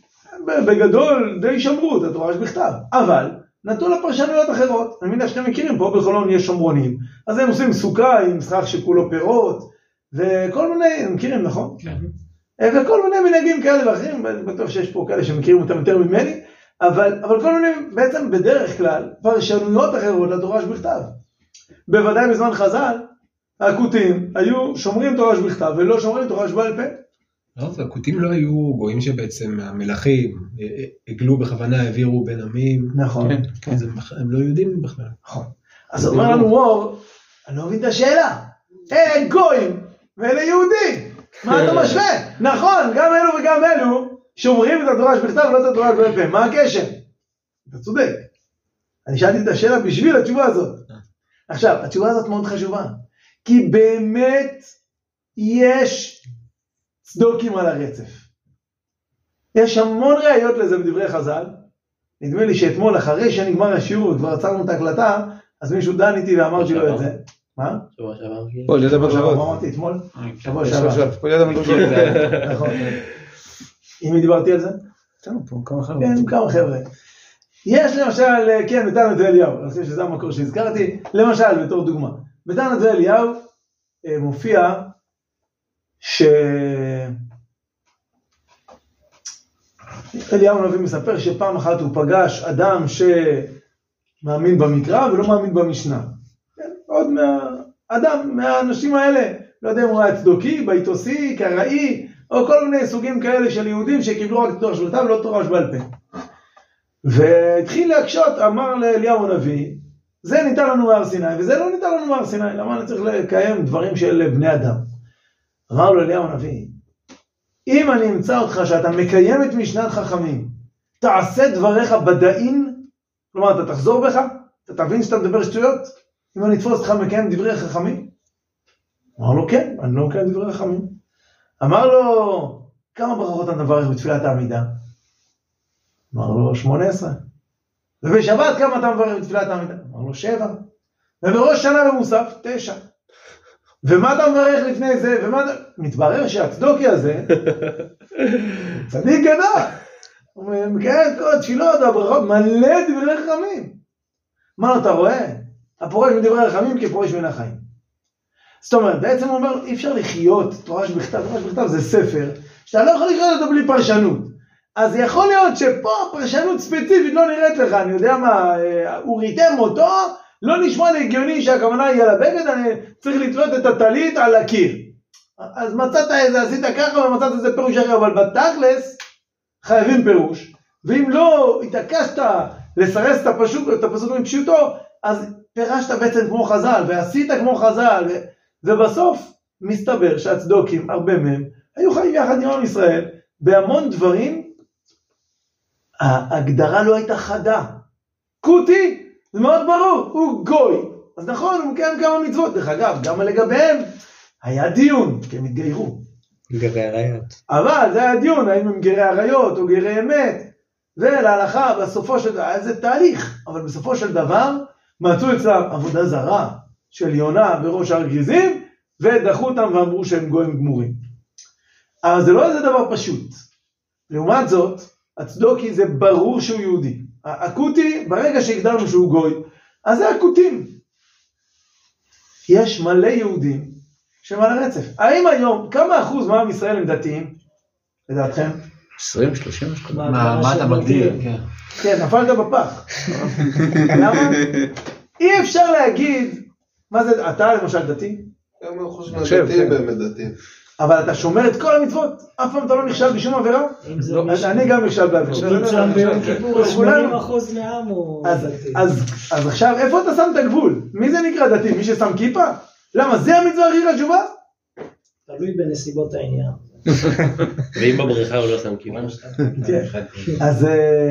בגדול די שמרו את התורה שבכתב, אבל נתנו לה פרשנויות אחרות. אני מבין שאתם מכירים, פה בחולון יש שומרונים, אז הם עושים סוכה עם סכך שכולו פירות, וכל מיני, מכירים נכון? כן. וכל מיני מנהגים כאלה ואחרים, בטוח שיש פה כאלה שמכירים אותם יותר ממני, אבל, אבל כל מיני, בעצם בדרך כלל, פרשנויות אחרות לתורה שבכתב. בוודאי בזמן חז"ל, הקוטים היו שומרים תורה שבכתב, ולא שומרים תורה שבעל פה. לא, הקוטים לא היו גויים שבעצם המלכים הגלו בכוונה, העבירו בין עמים. נכון. כן, כן. אז הם לא יהודים בכלל. נכון. אז אומר לנו מור, אני לא מבין את השאלה. אלה גויים, ואלה יהודים. מה אתה משווה? נכון, גם אלו וגם אלו שומרים את התורה שבכתב ולא את התורה שבעל פה. מה הקשר? אתה צודק. אני שאלתי את השאלה בשביל התשובה הזאת. עכשיו, התשובה הזאת מאוד חשובה. כי באמת יש צדוקים על הרצף. יש המון ראיות לזה בדברי חז"ל. נדמה לי שאתמול אחרי שנגמר השיעור וכבר עצרנו את ההקלטה, אז מישהו דן איתי ואמרתי לו את זה. מה? שבוע שעבר. פה ליד המדרגות. מה אמרתי אתמול? שבוע שעבר. פה ליד המדרגות. נכון. אם מי דיברתי על זה? אצלנו פה כמה חבר'ה. כן, כמה חבר'ה. יש למשל, כן, בתנת ואליהו, אני חושב שזה המקור שהזכרתי, למשל, בתור דוגמה. בתנת ואליהו מופיע ש... אליהו הנביא מספר שפעם אחת הוא פגש אדם שמאמין במקרא ולא מאמין במשנה. כן? עוד מהאדם, מהאנשים האלה, לא יודע אם הוא היה צדוקי, ביתוסי, קראי, או כל מיני סוגים כאלה של יהודים שקיבלו רק תורה שבכתב ולא תורה שבעל פה. והתחיל להקשות, אמר לאליהו הנביא, זה ניתן לנו מהר סיני, וזה לא ניתן לנו מהר סיני, למה אני צריך לקיים דברים של בני אדם? אמר לו אליהו הנביא, אם אני אמצא אותך שאתה מקיים את משנת חכמים, תעשה דבריך בדאין, כלומר אתה תחזור בך, אתה תבין שאתה מדבר שטויות, אם אני אתפוס אותך מקיים דברי חכמים? אמר לו כן, אני לא מקיים דברי חכמים. אמר לו, כמה ברכות אתה מברך בתפילת העמידה? אמר לו שמונה עשרה. ובשבת כמה אתה מברך בתפילת העמידה? אמר לו שבע. ובראש שנה במוסף תשע. ומה אתה מברך לפני זה? ומה... מתברר שהצדוקי הזה צדיק גדול. הוא מקיים את כל התפילות והברכות, מלא דברי חכמים. מה אתה רואה? הפורש מדברי חכמים כפורש מן החיים. זאת אומרת, בעצם הוא אומר, אי אפשר לחיות תורה שבכתב, תורה שבכתב זה ספר, שאתה לא יכול לקרוא אותו בלי פרשנות. אז יכול להיות שפה פרשנות ספציפית לא נראית לך, אני יודע מה, הוא ריתם אותו, לא נשמע לי הגיוני שהכוונה היא על הבגד, אני צריך לתלות את הטלית על הקיר. אז מצאת איזה, עשית ככה ומצאת איזה פירוש אחר, אבל בתכלס חייבים פירוש, ואם לא התעקשת לסרס את הפסוק, את הפסוק מפשוטו, אז פירשת בעצם כמו חז"ל, ועשית כמו חז"ל, ו... ובסוף מסתבר שהצדוקים, הרבה מהם, היו חיים יחד עם עם ישראל, בהמון דברים, ההגדרה לא הייתה חדה. קוטי, זה מאוד ברור, הוא גוי. אז נכון, הוא מקיים כמה מצוות. דרך אגב, גם לגביהם היה דיון, כי הם התגיירו. גרי עריות. אבל זה היה דיון, האם הם גרי עריות או גרי אמת. ולהלכה, בסופו של דבר, זה תהליך. אבל בסופו של דבר, מצאו אצלם עבודה זרה של יונה בראש הר גריזים, ודחו אותם ואמרו שהם גויים גמורים. אבל זה לא איזה דבר פשוט. לעומת זאת, הצדוקי זה ברור שהוא יהודי. הקוטי, ברגע שהגדרנו שהוא גוי, אז זה הקוטים. יש מלא יהודים שהם על הרצף. האם היום, כמה אחוז מעם ישראל הם דתיים? לדעתכם? עשרים, שלושים. מה אתה מגדיר? כן, נפלת בפח. למה? אי אפשר להגיד, מה זה, אתה למשל דתי? כמה אחוז מהדתיים באמת דתיים? אבל אתה שומר את כל המצוות, אף פעם אתה לא נכשל בשום עבירה? אני גם נכשל בעבירה. שם ביום כיפור, שמונים אחוז מהעם הוא דתי. אז עכשיו, איפה אתה שם את הגבול? מי זה נקרא דתי? מי ששם כיפה? למה? זה המצווה הכי חשובה? תלוי בנסיבות העניין. ואם בבריכה הוא לא שם כיפה. אז...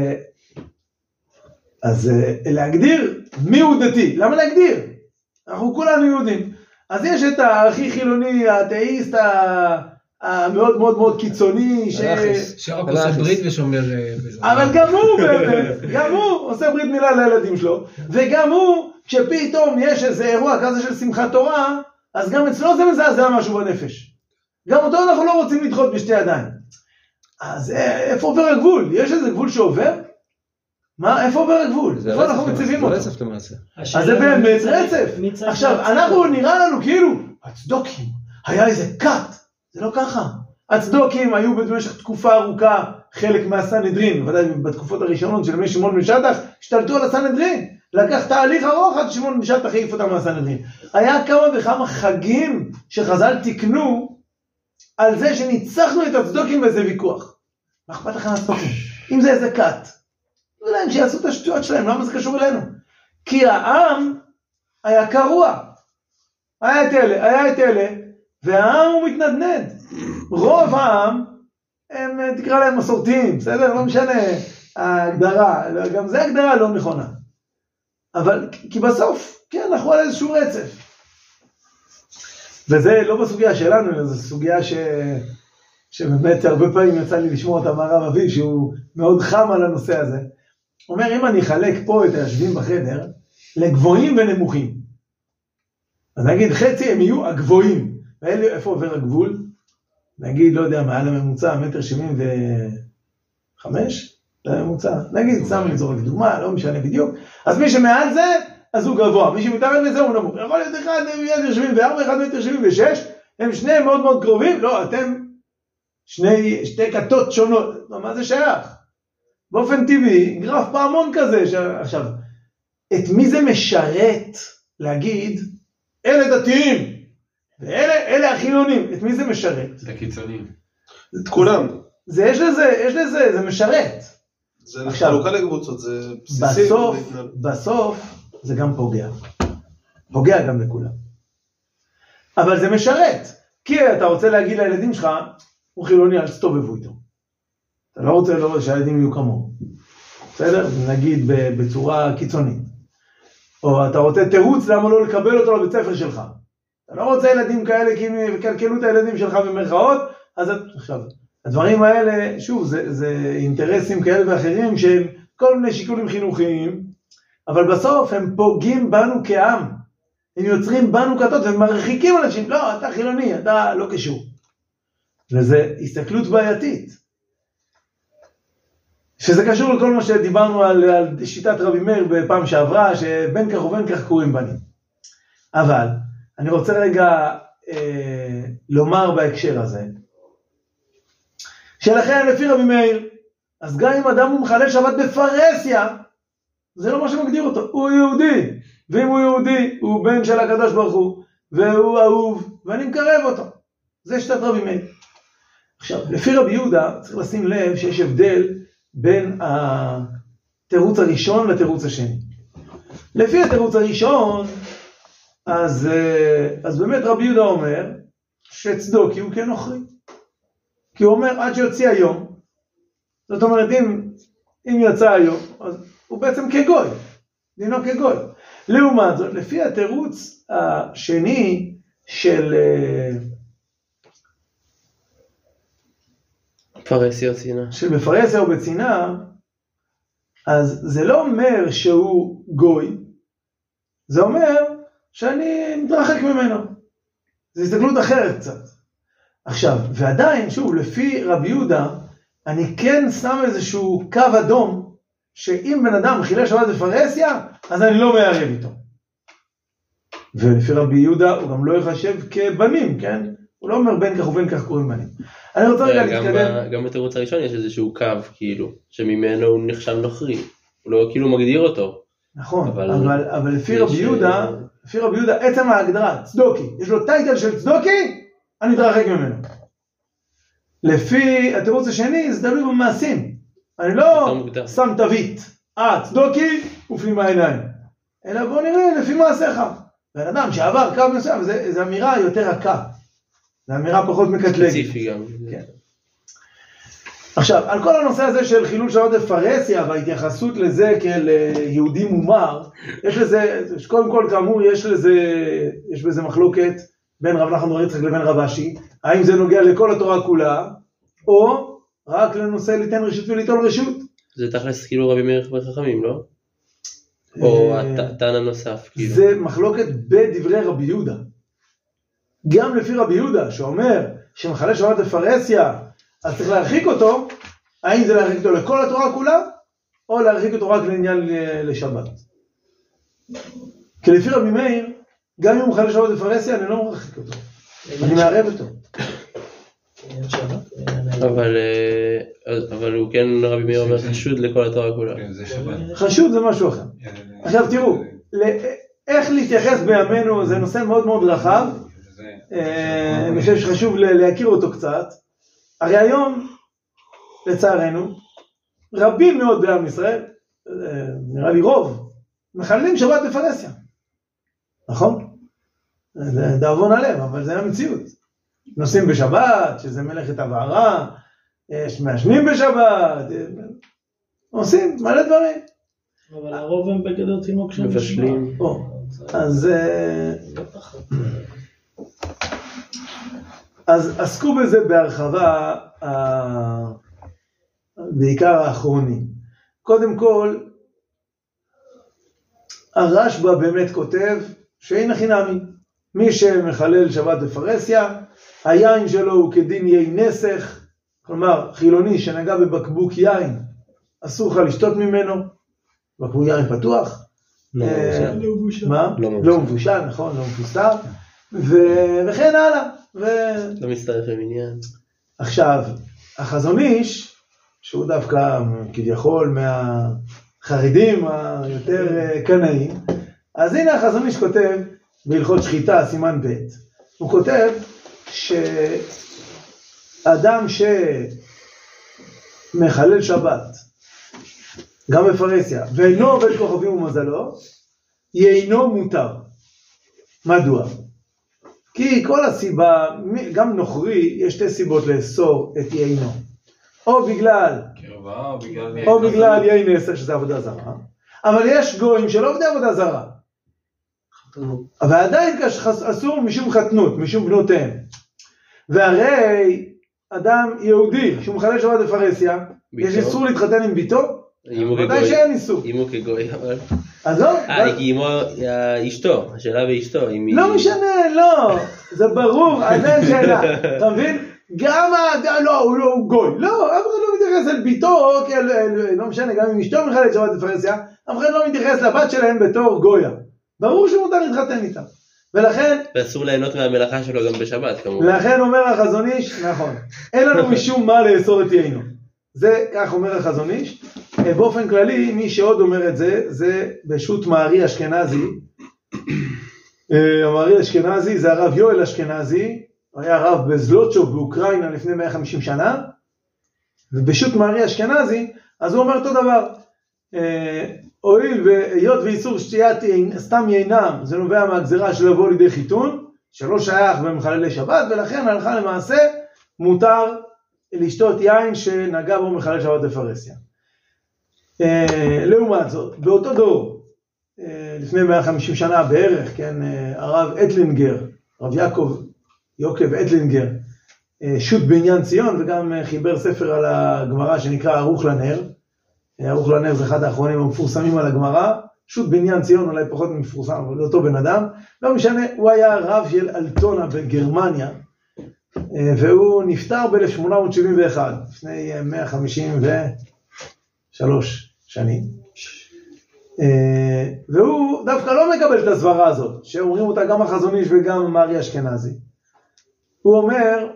אז להגדיר מי הוא דתי, למה להגדיר? אנחנו כולנו יהודים. אז יש את הכי חילוני, האתאיסט המאוד מאוד מאוד קיצוני, שרק עושה ברית ושומר... אבל גם הוא באמת, גם הוא עושה ברית מילה לילדים שלו, וגם הוא, כשפתאום יש איזה אירוע כזה של שמחת תורה, אז גם אצלו זה מזעזע משהו בנפש. גם אותו אנחנו לא רוצים לדחות בשתי ידיים. אז איפה עובר הגבול? יש איזה גבול שעובר? מה, איפה עובר הגבול? איפה אנחנו מציבים אותו? זה רצף למעשה. אז זה באמת רצף. עכשיו, אנחנו נראה לנו כאילו, הצדוקים, היה איזה קאט. זה לא ככה. הצדוקים היו במשך תקופה ארוכה חלק מהסנהדרין, ודאי בתקופות הראשונות של מי שמעון בן שטח, השתלטו על הסנהדרין. לקח תהליך ארוך עד שמעון בן שטח העיף אותם מהסנהדרין. היה כמה וכמה חגים שחז"ל תיקנו על זה שניצחנו את הצדוקים באיזה ויכוח. מה אכפת לכם הצדוקים? אם זה איזה קאט. לא להם שיעשו את השטויות שלהם, למה זה קשור אלינו? כי העם היה קרוע. היה את אלה, היה את אלה, והעם הוא מתנדנד. רוב העם, הם תקרא להם מסורתיים, בסדר? לא משנה ההגדרה, גם זה הגדרה לא נכונה. אבל, כי בסוף, כן, אנחנו על איזשהו רצף. וזה לא בסוגיה שלנו, אלא זו סוגיה ש... שבאמת הרבה פעמים יצא לי לשמוע אותה מהרב אביב, שהוא מאוד חם על הנושא הזה. הוא אומר, אם אני אחלק פה את היושבים בחדר, לגבוהים ונמוכים. אז נגיד, חצי הם יהיו הגבוהים. ואיפה עובר הגבול? נגיד, לא יודע, מעל הממוצע, מטר שבעים וחמש? זה הממוצע. נגיד, סתם לצורך דוגמה, לא משנה בדיוק. אז מי שמעל זה, אז הוא גבוה. מי שמתארד לזה הוא נמוך. יכול להיות אחד מטר שבעים וארבע, אחד מטר שבעים ושש, הם שניהם מאוד מאוד קרובים. לא, אתם שני, שתי כתות שונות. מה זה שייך? באופן טבעי, גרף פעמון כזה. ש... עכשיו, את מי זה משרת להגיד, אלה דתיים, ואלה אלה החילונים, את מי זה משרת? את הקיצונים. את כולם. זה יש לזה, יש לזה, זה משרת. זה חלוקה לקבוצות, זה בסיסי. בסוף, בסוף, זה גם פוגע. פוגע גם לכולם. אבל זה משרת. כי אתה רוצה להגיד לילדים שלך, הוא חילוני, אל תסתובבו איתו. אתה לא רוצה לא, שהילדים יהיו כמוהו. בסדר? נגיד בצורה קיצונית. או אתה רוצה תירוץ למה לא לקבל אותו לבית ספר שלך. אתה לא רוצה ילדים כאלה כי הם יקלקלו את הילדים שלך במרכאות, אז עכשיו, הדברים האלה, שוב, זה, זה אינטרסים כאלה ואחרים שהם כל מיני שיקולים חינוכיים, אבל בסוף הם פוגעים בנו כעם. הם יוצרים בנו כתות ומרחיקים אנשים, לא, אתה חילוני, אתה לא קשור. וזה הסתכלות בעייתית. שזה קשור לכל מה שדיברנו על, על שיטת רבי מאיר בפעם שעברה, שבין כך ובין כך קוראים בנים. אבל אני רוצה רגע אה, לומר בהקשר הזה, שלכן לפי רבי מאיר, אז גם אם אדם הוא מחלל שבת בפרהסיה, זה לא מה שמגדיר אותו, הוא יהודי, ואם הוא יהודי, הוא בן של הקדוש ברוך הוא, והוא אהוב, ואני מקרב אותו. זה שיטת רבי מאיר. עכשיו, לפי רבי יהודה, צריך לשים לב שיש הבדל בין התירוץ הראשון לתירוץ השני. לפי התירוץ הראשון, אז, אז באמת רבי יהודה אומר שצדוקי הוא כנוכרי. כי הוא אומר עד שיוציא היום, זאת אומרת אם, אם יצא היום, אז הוא בעצם כגוי, דינו כגוי. לעומת זאת, לפי התירוץ השני של פרהסיה או צנעה. של בפרהסיה או בצנעה, אז זה לא אומר שהוא גוי, זה אומר שאני מתרחק ממנו. זו הסתכלות אחרת קצת. עכשיו, ועדיין, שוב, לפי רבי יהודה, אני כן שם איזשהו קו אדום, שאם בן אדם חילל שבת בפרהסיה, אז אני לא מערב איתו. ולפי רבי יהודה, הוא גם לא יחשב כבנים, כן? הוא לא אומר בין כך ובין כך קוראים בנים. אני רוצה רגע להתקדם. גם בתירוץ הראשון יש איזשהו קו, כאילו, שממנו הוא נחשב נוכרי. הוא לא כאילו מגדיר אותו. נכון, אבל, אבל, אבל לפי רבי יהודה, לפי רבי יהודה, עצם ההגדרה, צדוקי, יש לו טייטל של צדוקי, אני אתרחק ממנו. לפי התירוץ השני, זה תלוי במעשים. אני לא שם תווית, אה, צדוקי, ופנים העיניים. אלא בוא נראה לפי מעשיך. בן אדם שעבר קו מסוים, זו אמירה יותר רכה. זו אמירה פחות מקטלגת. ספציפי גם. כן. עכשיו, על כל הנושא הזה של חילול שעות בפרהסיה, וההתייחסות לזה כאל יהודי מומר, יש לזה, קודם כל כאמור, יש לזה, יש בזה מחלוקת בין רב נחמן בר יצחק לבין רב אשי, האם זה נוגע לכל התורה כולה, או רק לנושא ליתן רשות וליטול רשות. זה תכלס כאילו רבי מאיר וחכמים, לא? או הטען הנוסף, כאילו. זה מחלוקת בדברי רבי יהודה. גם לפי רבי יהודה, שאומר שמחלל שבת בפרהסיה, אז צריך להרחיק אותו, האם זה להרחיק אותו לכל התורה כולה, או להרחיק אותו רק לעניין לשבת. כי לפי רבי מאיר, גם אם הוא מחלל שבת בפרהסיה, אני לא מרחיק אותו. אני מערב אותו. אבל, אבל הוא כן, רבי מאיר אומר, חשוד לכל התורה כולה. חשוד זה משהו אחר. עכשיו תראו, איך להתייחס בימינו, זה נושא מאוד מאוד רחב, אני חושב שחשוב להכיר אותו קצת. הרי היום, לצערנו, רבים מאוד בעם ישראל, נראה לי רוב, מחללים שבת בפרהסיה. נכון? זה דאבון הלב, אבל זה המציאות. נוסעים בשבת, שזה מלאכת הבערה, יש מעשנים בשבת, עושים מלא דברים. אבל הרוב הם בגדר תינוק שם מבשלים. אז אז עסקו בזה בהרחבה, בעיקר האחרונים. קודם כל, הרשב"א באמת כותב שאין הכי נמי. מי שמחלל שבת בפרהסיה, היין שלו הוא כדין יין נסך, כלומר חילוני שנגע בבקבוק יין, אסור לך לשתות ממנו, בקבוק יין פתוח. לא מבושל. מה? לא מבושל, נכון, לא מפוסטר, וכן הלאה. לא מצטרף למניין. עכשיו, החזון איש, שהוא דווקא כביכול מהחרדים היותר קנאים, אז הנה החזון איש כותב, בהלכות שחיטה, סימן ב', הוא כותב שאדם שמחלל שבת, גם בפרהסיה, ואינו עובד כוכבים ומזלו, יינו מותר. מדוע? כי כל הסיבה, גם נוכרי, יש שתי סיבות לאסור את יינו. או בגלל, קרבה, או בגלל, או בגלל יין נסך, שזה עבודה זרה. אבל יש גויים שלא עובדי עבודה זרה. אבל עדיין אסור משום חתנות, משום בנותיהם. והרי אדם יהודי שהוא מחלל שבת בפרהסיה, יש איסור להתחתן עם ביתו? ודאי שאין איסור. אם הוא כגוי, אבל... אז לא? אה, כי אמו אשתו, השאלה באשתו. לא משנה, לא. זה ברור, אז אין שאלה. אתה מבין? גם האדם, לא, הוא לא גוי. לא, אף אחד לא מתייחס אל ביתו, לא משנה, גם אם אשתו מחללת שבת בפרהסיה, אף אחד לא מתייחס לבת שלהם בתור גויה. ברור שמותר להתחתן איתם. ולכן... ואסור ליהנות מהמלאכה שלו גם בשבת, כמובן. לכן אומר החזון איש, נכון, אין לנו משום מה לאסור את יינו. זה, כך אומר החזון איש. באופן כללי, מי שעוד אומר את זה, זה בשו"ת מארי אשכנזי. מארי אשכנזי זה הרב יואל אשכנזי, הוא היה רב בזלוטשוב באוקראינה לפני מאה וחמישים שנה, ובשו"ת מארי אשכנזי, אז הוא אומר אותו דבר. הואיל והיות ואיסור שתיית סתם יינם, זה נובע מהגזרה של לבוא לידי חיתון, שלא שייך במחללי שבת, ולכן הלכה למעשה מותר לשתות יין שנגע בו מחלל שבת בפרהסיה. לעומת זאת, באותו דור, לפני מאה וחמישים שנה בערך, כן, הרב אטלינגר, רב יעקב יוקב אטלינגר, שו"ת בעניין ציון, וגם חיבר ספר על הגמרא שנקרא ערוך לנר. ערוך לנר זה אחד האחרונים המפורסמים על הגמרא, שו"ת בעניין ציון אולי פחות מפורסם, אבל אותו בן אדם, לא משנה, הוא היה רב של אלטונה בגרמניה, והוא נפטר ב-אלף שמונה מאות שבעים ואחת, לפני מאה חמישים ושלוש שנים. והוא דווקא לא מקבל את הסברה הזאת, שאומרים אותה גם החזון איש וגם מארי אשכנזי. הוא אומר,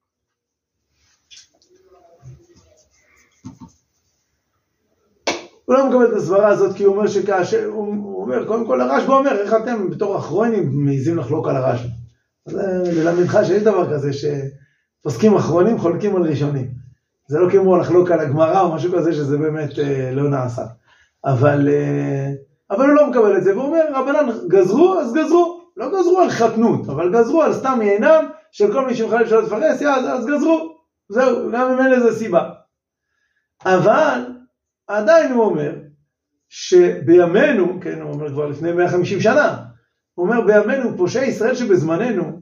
הוא לא מקבל את הסברה הזאת, כי הוא אומר שכאשר, הוא אומר, קודם כל הרשב"א אומר, איך אתם בתור אחרונים מעיזים לחלוק על הרשב"א? ללמדך שיש דבר כזה שפוסקים אחרונים חולקים על ראשונים. זה לא כמו לחלוק על הגמרא או משהו כזה שזה באמת לא נעשה. אבל, אבל הוא לא מקבל את זה, והוא אומר, רבנן גזרו, אז גזרו. לא גזרו על חתנות, אבל גזרו על סתם יינם של כל מי שמחלל שבת בפרהסיה, אז, אז גזרו. זהו, גם אם אין לזה סיבה. אבל עדיין הוא אומר שבימינו, כן, הוא אומר כבר לפני מאה וחמישים שנה, הוא אומר בימינו פושעי ישראל שבזמננו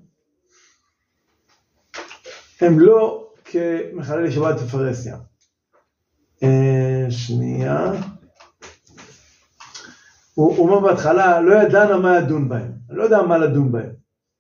הם לא כמחללי שבת בפרהסיה. אה, שנייה. הוא אומר בהתחלה, לא ידענה מה לדון בהם. אני לא יודע מה לדון בהם.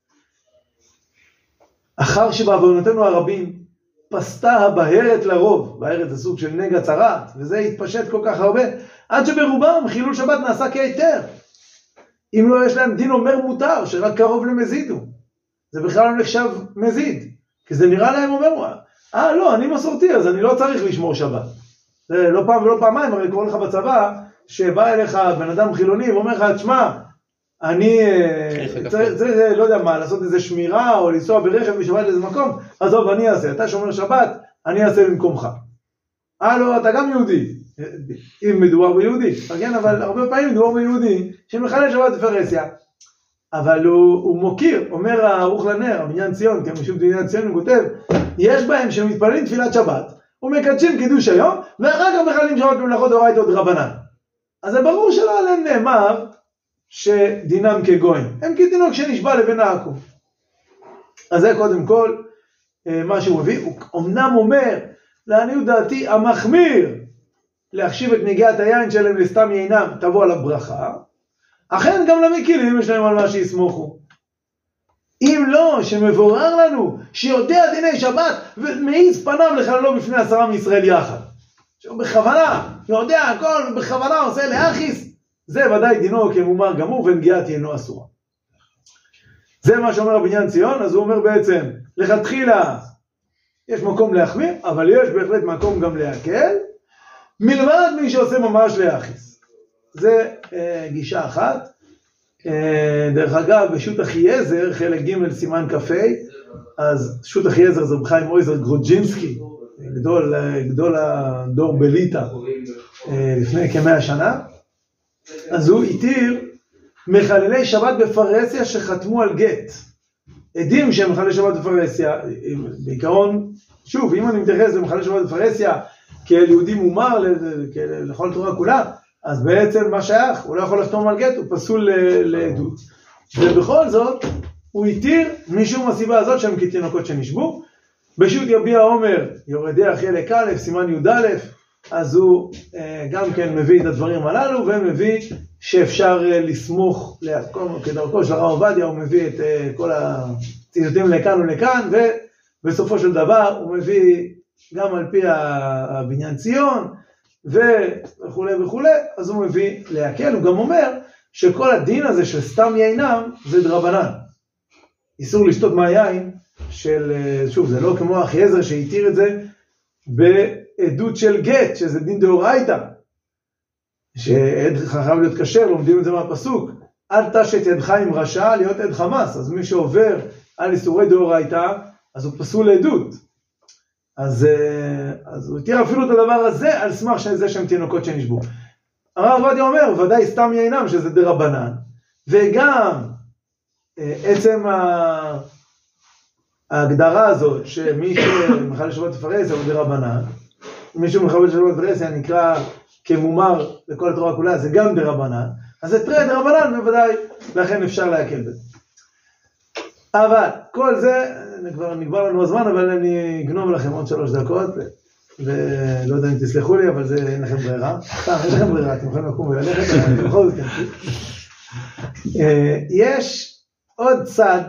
אחר שבעוונותינו הרבים פסתה הבהרת לרוב, בהרת זה סוג של נגע צרעת, וזה התפשט כל כך הרבה, עד שברובם חילול שבת נעשה כהיתר. אם לא יש להם דין אומר מותר, שרק קרוב למזיד הוא. זה בכלל לא נחשב מזיד, כי זה נראה להם אומר, אה לא, אני מסורתי, אז אני לא צריך לשמור שבת. זה לא פעם ולא פעמיים, הרי קורא לך בצבא, שבא אליך בן אדם חילוני ואומר לך, תשמע, אני צריך, צריך, לא יודע מה, לעשות איזה שמירה או לנסוע ברכב בשבת לאיזה מקום, עזוב, אני אעשה, אתה שומר שבת, אני אעשה במקומך. אה לא, אתה גם יהודי, אם מדובר ביהודי, כן, אבל הרבה פעמים מדובר ביהודי שמחלל שבת בפרהסיה, אבל הוא, הוא מוקיר, אומר הערוך לנר, הבניין ציון, כי משום בניין ציון הוא כותב, יש בהם שמתפללים תפילת שבת, ומקדשים קידוש היום, ואחר כך מחללים שבת במלאכות דאורייתא ודרבנן. אז זה ברור שלא עליהם נאמר שדינם כגויים. הם כתינוק שנשבע לבן העקום. אז זה קודם כל מה שהוא מביא. הוא אמנם אומר, לעניות דעתי, המחמיר להחשיב את נגיעת היין שלהם לסתם יינם, תבוא עליו ברכה. אכן גם למקילים יש להם על מה שיסמוכו. אם לא, שמבורר לנו, שיודע דיני שבת ומעיז פניו לחללו בפני עשרה מישראל יחד. שהוא בכוונה, יודע הכל, בכוונה עושה להכיס, זה ודאי דינו כמומר גמור, ונגיעת יינו אסורה. זה מה שאומר הבניין ציון, אז הוא אומר בעצם, לכתחילה, יש מקום להחמיר, אבל יש בהחלט מקום גם להקל, מלבד מי שעושה ממש להכיס. זה אה, גישה אחת. אה, דרך אגב, בשו"ת אחיעזר, חלק ג' סימן כ"ה, אז שו"ת אחיעזר זה בחיים מויזר גרודז'ינסקי, גדול, גדול הדור בליטה, לפני כמאה שנה, אז הוא התיר מחללי שבת בפרהסיה שחתמו על גט. עדים שהם מחללי שבת בפרהסיה, בעיקרון, שוב, אם אני מתייחס למחללי שבת בפרהסיה כאל יהודי מומר לכל תורה כולה, אז בעצם מה שייך? הוא לא יכול לחתום על גט, הוא פסול לעדות. ובכל זאת, הוא התיר משום הסיבה הזאת שהם כתינוקות שנשבו. בשו"ת יביע עומר, יורדיה חלק א', סימן י' א', אז הוא אה, גם כן מביא את הדברים הללו, ומביא שאפשר אה, לסמוך, כדרכו של הרב עובדיה, הוא מביא את אה, כל הציטוטים לכאן ולכאן, ובסופו של דבר הוא מביא גם על פי הבניין ציון, וכו' וכו', אז הוא מביא להקל. הוא גם אומר שכל הדין הזה של סתם יינם זה דרבנן. איסור לשתות מהיין, של, שוב, זה לא כמו אחיעזר שהתיר את זה בעדות של גט, שזה דין דאורייתא, שעד חייב להיות כשר, לומדים את זה מהפסוק, אל תשת ידך עם רשע להיות עד חמאס. אז מי שעובר על איסורי דאורייתא, אז הוא פסול לעדות. אז, אז הוא התיר אפילו את הדבר הזה על סמך זה שהם תינוקות שנשבו. הרב עובדיה אומר, ודאי סתם יינם שזה דרבנן, וגם עצם ה... ההגדרה הזאת שמי שמחלל שבת בפרהסיה הוא דרבנן, מי שמחלל שבת בפרהסיה נקרא כמומר לכל התורה כולה, זה גם דרבנן, אז זה תרי דרבנן בוודאי, לכן אפשר להקל בזה. אבל כל זה, כבר נגבר לנו הזמן, אבל אני אגנוב לכם עוד שלוש דקות, ולא יודע אם תסלחו לי, אבל זה אין לכם ברירה. סתם, יש לכם ברירה, אתם יכולים לקום וללכת, אבל בכל זאת תמשיך. יש עוד צד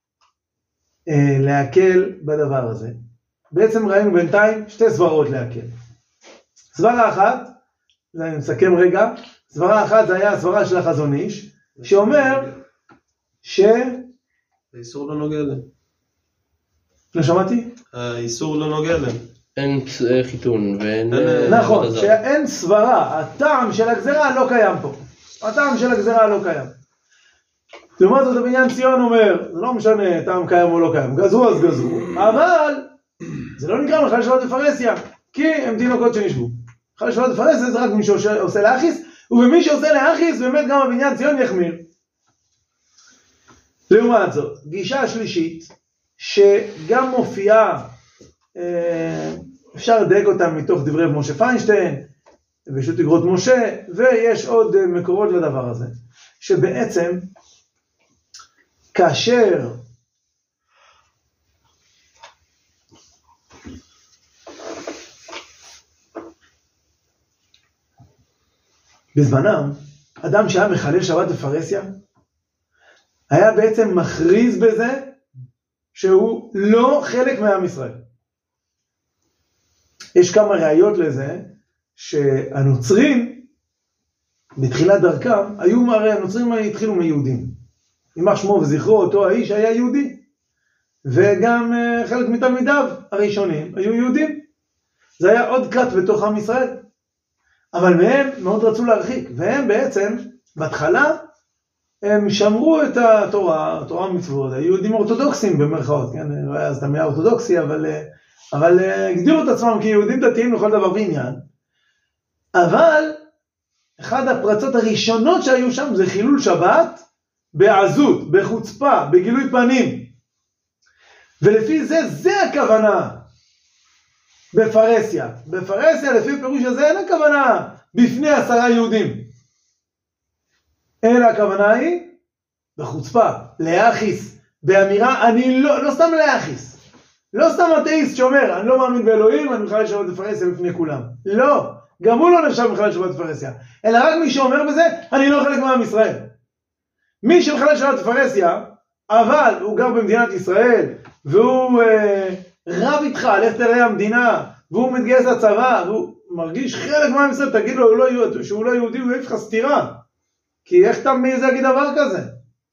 להקל בדבר הזה. בעצם ראינו בינתיים שתי סברות להקל. סברה אחת, אני מסכם רגע, סברה אחת זה היה הסברה של החזון איש, שאומר ש... האיסור לא נוגע להם. לא שמעתי? האיסור לא נוגע להם. אין חיתון ואין... נכון, שאין סברה, הטעם של הגזרה לא קיים פה. הטעם של הגזרה לא קיים. לעומת זאת הבניין ציון אומר, זה לא משנה טעם קיים או לא קיים, גזרו אז גזרו, אבל זה לא נקרא מחלל שבת בפרהסיה, כי הם תינוקות שנשבו. מחלל שבת בפרהסיה זה רק מי שעושה להכיס, ובמי שעושה להכיס באמת גם הבניין ציון יחמיר. לעומת זאת, גישה השלישית, שגם מופיעה, אפשר לדייק אותה מתוך דברי משה פיינשטיין, ושו"ת אגרות משה, ויש עוד מקורות לדבר הזה, שבעצם כאשר בזמנם, אדם שהיה מחלל שבת בפרהסיה, היה בעצם מכריז בזה שהוא לא חלק מעם ישראל. יש כמה ראיות לזה, שהנוצרים, בתחילת דרכם, היו, הרי הנוצרים התחילו מיהודים. יימח שמו וזכרו, אותו האיש היה יהודי. וגם חלק מתלמידיו הראשונים היו יהודים. זה היה עוד קט בתוך עם ישראל. אבל מהם מאוד רצו להרחיק, והם בעצם, בהתחלה, הם שמרו את התורה, התורה ומצוות, היו יהודים אורתודוקסים במרכאות, כן? לא היה אז את המילה אורתודוקסי, אבל, אבל הגדירו את עצמם כיהודים דתיים לכל דבר ועניין. אבל, אחד הפרצות הראשונות שהיו שם זה חילול שבת, בעזות, בחוצפה, בגילוי פנים. ולפי זה, זה הכוונה בפרהסיה. בפרהסיה, לפי פירוש הזה, אין הכוונה בפני עשרה יהודים. אלא הכוונה היא בחוצפה, להכיס, באמירה, אני לא, לא סתם להכיס. לא סתם אתאיסט שאומר, אני לא מאמין באלוהים, אני מחלל שבת בפרהסיה בפני כולם. לא, גם הוא לא נחשב מחלל שבת בפרהסיה. אלא רק מי שאומר בזה, אני לא חלק מעם ישראל. מי שמחלל שבת בפרהסיה, אבל הוא גר במדינת ישראל, והוא אה, רב איתך על איך תראה המדינה, והוא מתגייס לצבא, והוא מרגיש חלק מעם ישראל, תגיד לו הוא לא, שהוא לא יהודי, הוא יעיף לך סתירה. כי איך אתה מעז להגיד דבר כזה?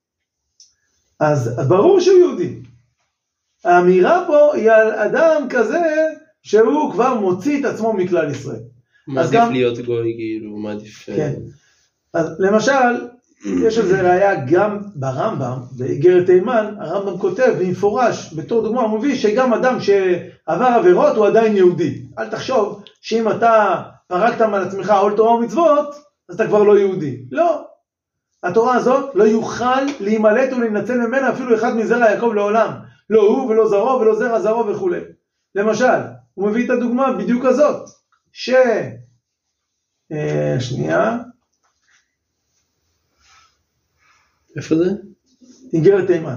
אז ברור שהוא יהודי. האמירה פה היא על אדם כזה שהוא כבר מוציא את עצמו מכלל ישראל. מעדיף גם... להיות גוי, כאילו, מעדיף... כן. אז למשל, יש על זה ראיה גם ברמב"ם, באיגרת תימן, הרמב"ם כותב במפורש, בתור דוגמה, הוא מביא שגם אדם שעבר עבירות הוא עדיין יהודי. אל תחשוב שאם אתה פרקת מעל עצמך עול תורה ומצוות, אז אתה כבר לא יהודי. לא. התורה הזאת לא יוכל להימלט ולהינצל ממנה אפילו אחד מזרע יעקב לעולם. לא הוא ולא זרעו ולא זרע זרעו וכו'. למשל, הוא מביא את הדוגמה בדיוק הזאת, ש... אה, שנייה. איפה זה? איגרת תימן.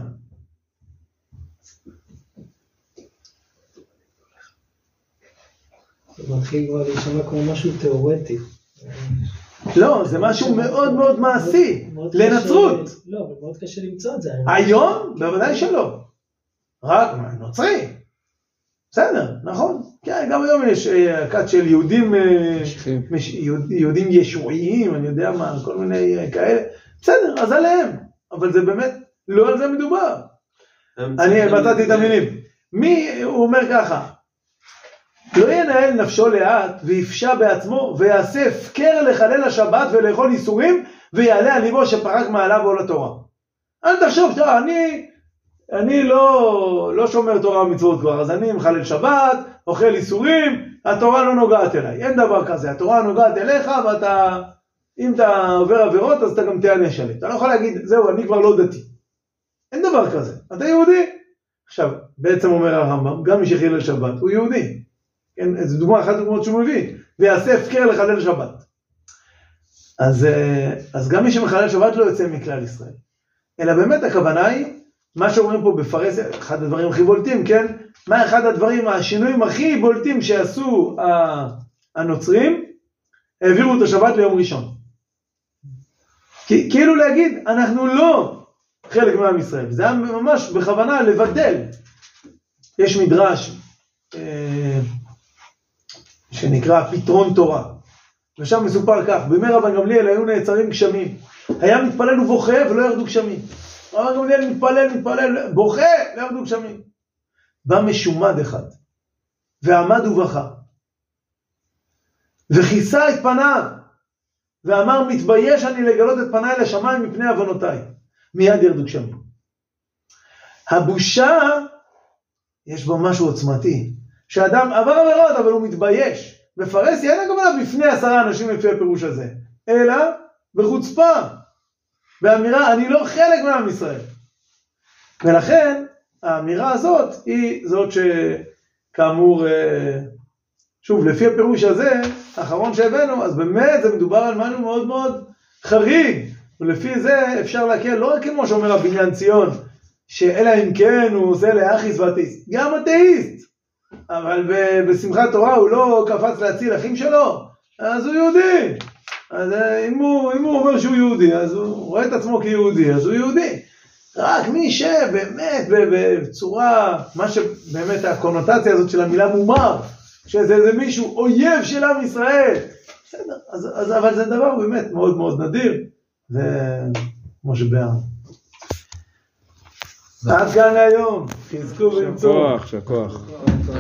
זה מתחיל כבר להישמע כמו משהו תיאורטי. לא, זה משהו מאוד מאוד מעשי, לנצרות. לא, אבל מאוד קשה למצוא את זה. היום? בוודאי שלא. רק נוצרי. בסדר, נכון. כן, גם היום יש קט של יהודים, יהודים ישועיים, אני יודע מה, כל מיני כאלה. בסדר, אז עליהם. אבל זה באמת, לא על זה מדובר. אני מצאתי את המילים. מי, הוא אומר ככה, לא ינהל נפשו לאט ויפשע בעצמו ויעשה הפקר לחלל השבת ולאכול איסורים ויעלה על ליבו שפרק מעליו עול התורה. אל תחשוב, טוב, אני, אני לא, לא שומר תורה ומצוות כבר, אז אני מחלל שבת, אוכל איסורים, התורה לא נוגעת אליי. אין דבר כזה, התורה נוגעת אליך ואתה, אם אתה עובר עבירות אז אתה גם תענש עליהם. אתה לא יכול להגיד, זהו, אני כבר לא דתי. אין דבר כזה, אתה יהודי. עכשיו, בעצם אומר הרמב"ם, גם מי שחילל שבת הוא יהודי. כן, זו דוגמה, אחת דוגמאות שהוא מביא, ויעשה הפקר לחלל שבת. אז, אז גם מי שמחלל שבת לא יוצא מכלל ישראל. אלא באמת הכוונה היא, מה שאומרים פה בפרהסיה, אחד הדברים הכי בולטים, כן? מה אחד הדברים, השינויים הכי בולטים שעשו הנוצרים, העבירו את השבת ליום ראשון. כי, כאילו להגיד, אנחנו לא חלק מעם ישראל. זה היה ממש בכוונה לבטל. יש מדרש, אה, שנקרא פתרון תורה. ושם מסופר כך, בימי רבן גמליאל היו נעצרים גשמים. היה מתפלל ובוכה ולא ירדו גשמים. רבן גמליאל מתפלל, מתפלל, בוכה, לא ירדו גשמים. בא משומד אחד, ועמד ובכה. וכיסה את פניו, ואמר, מתבייש אני לגלות את פניי לשמיים מפני אבונותיי. מיד ירדו גשמים. הבושה, יש בו משהו עוצמתי, שאדם עבר עבירות אבל הוא מתבייש. בפרהסיה אין הכוונה בפני עשרה אנשים לפי הפירוש הזה, אלא בחוצפה, באמירה אני לא חלק מעם ישראל. ולכן האמירה הזאת היא זאת שכאמור, שוב לפי הפירוש הזה, האחרון שהבאנו, אז באמת זה מדובר על משהו מאוד מאוד חריג, ולפי זה אפשר להקל לא רק כמו שאומר הבניין ציון, שאלא אם כן הוא עושה לאחיס ואתאיסט, גם אתאיסט, אבל בשמחת תורה הוא לא קפץ להציל אחים שלו, אז הוא יהודי. אז אם הוא, אם הוא אומר שהוא יהודי, אז הוא רואה את עצמו כיהודי, אז הוא יהודי. רק מי שבאמת בצורה, מה שבאמת הקונוטציה הזאת של המילה מומר, שזה איזה מישהו אויב של עם ישראל, בסדר, אז, אז, אבל זה דבר באמת מאוד מאוד נדיר, וכמו שבאר. עד כאן להיום, חזקו ואמצו. שכוח, שכוח.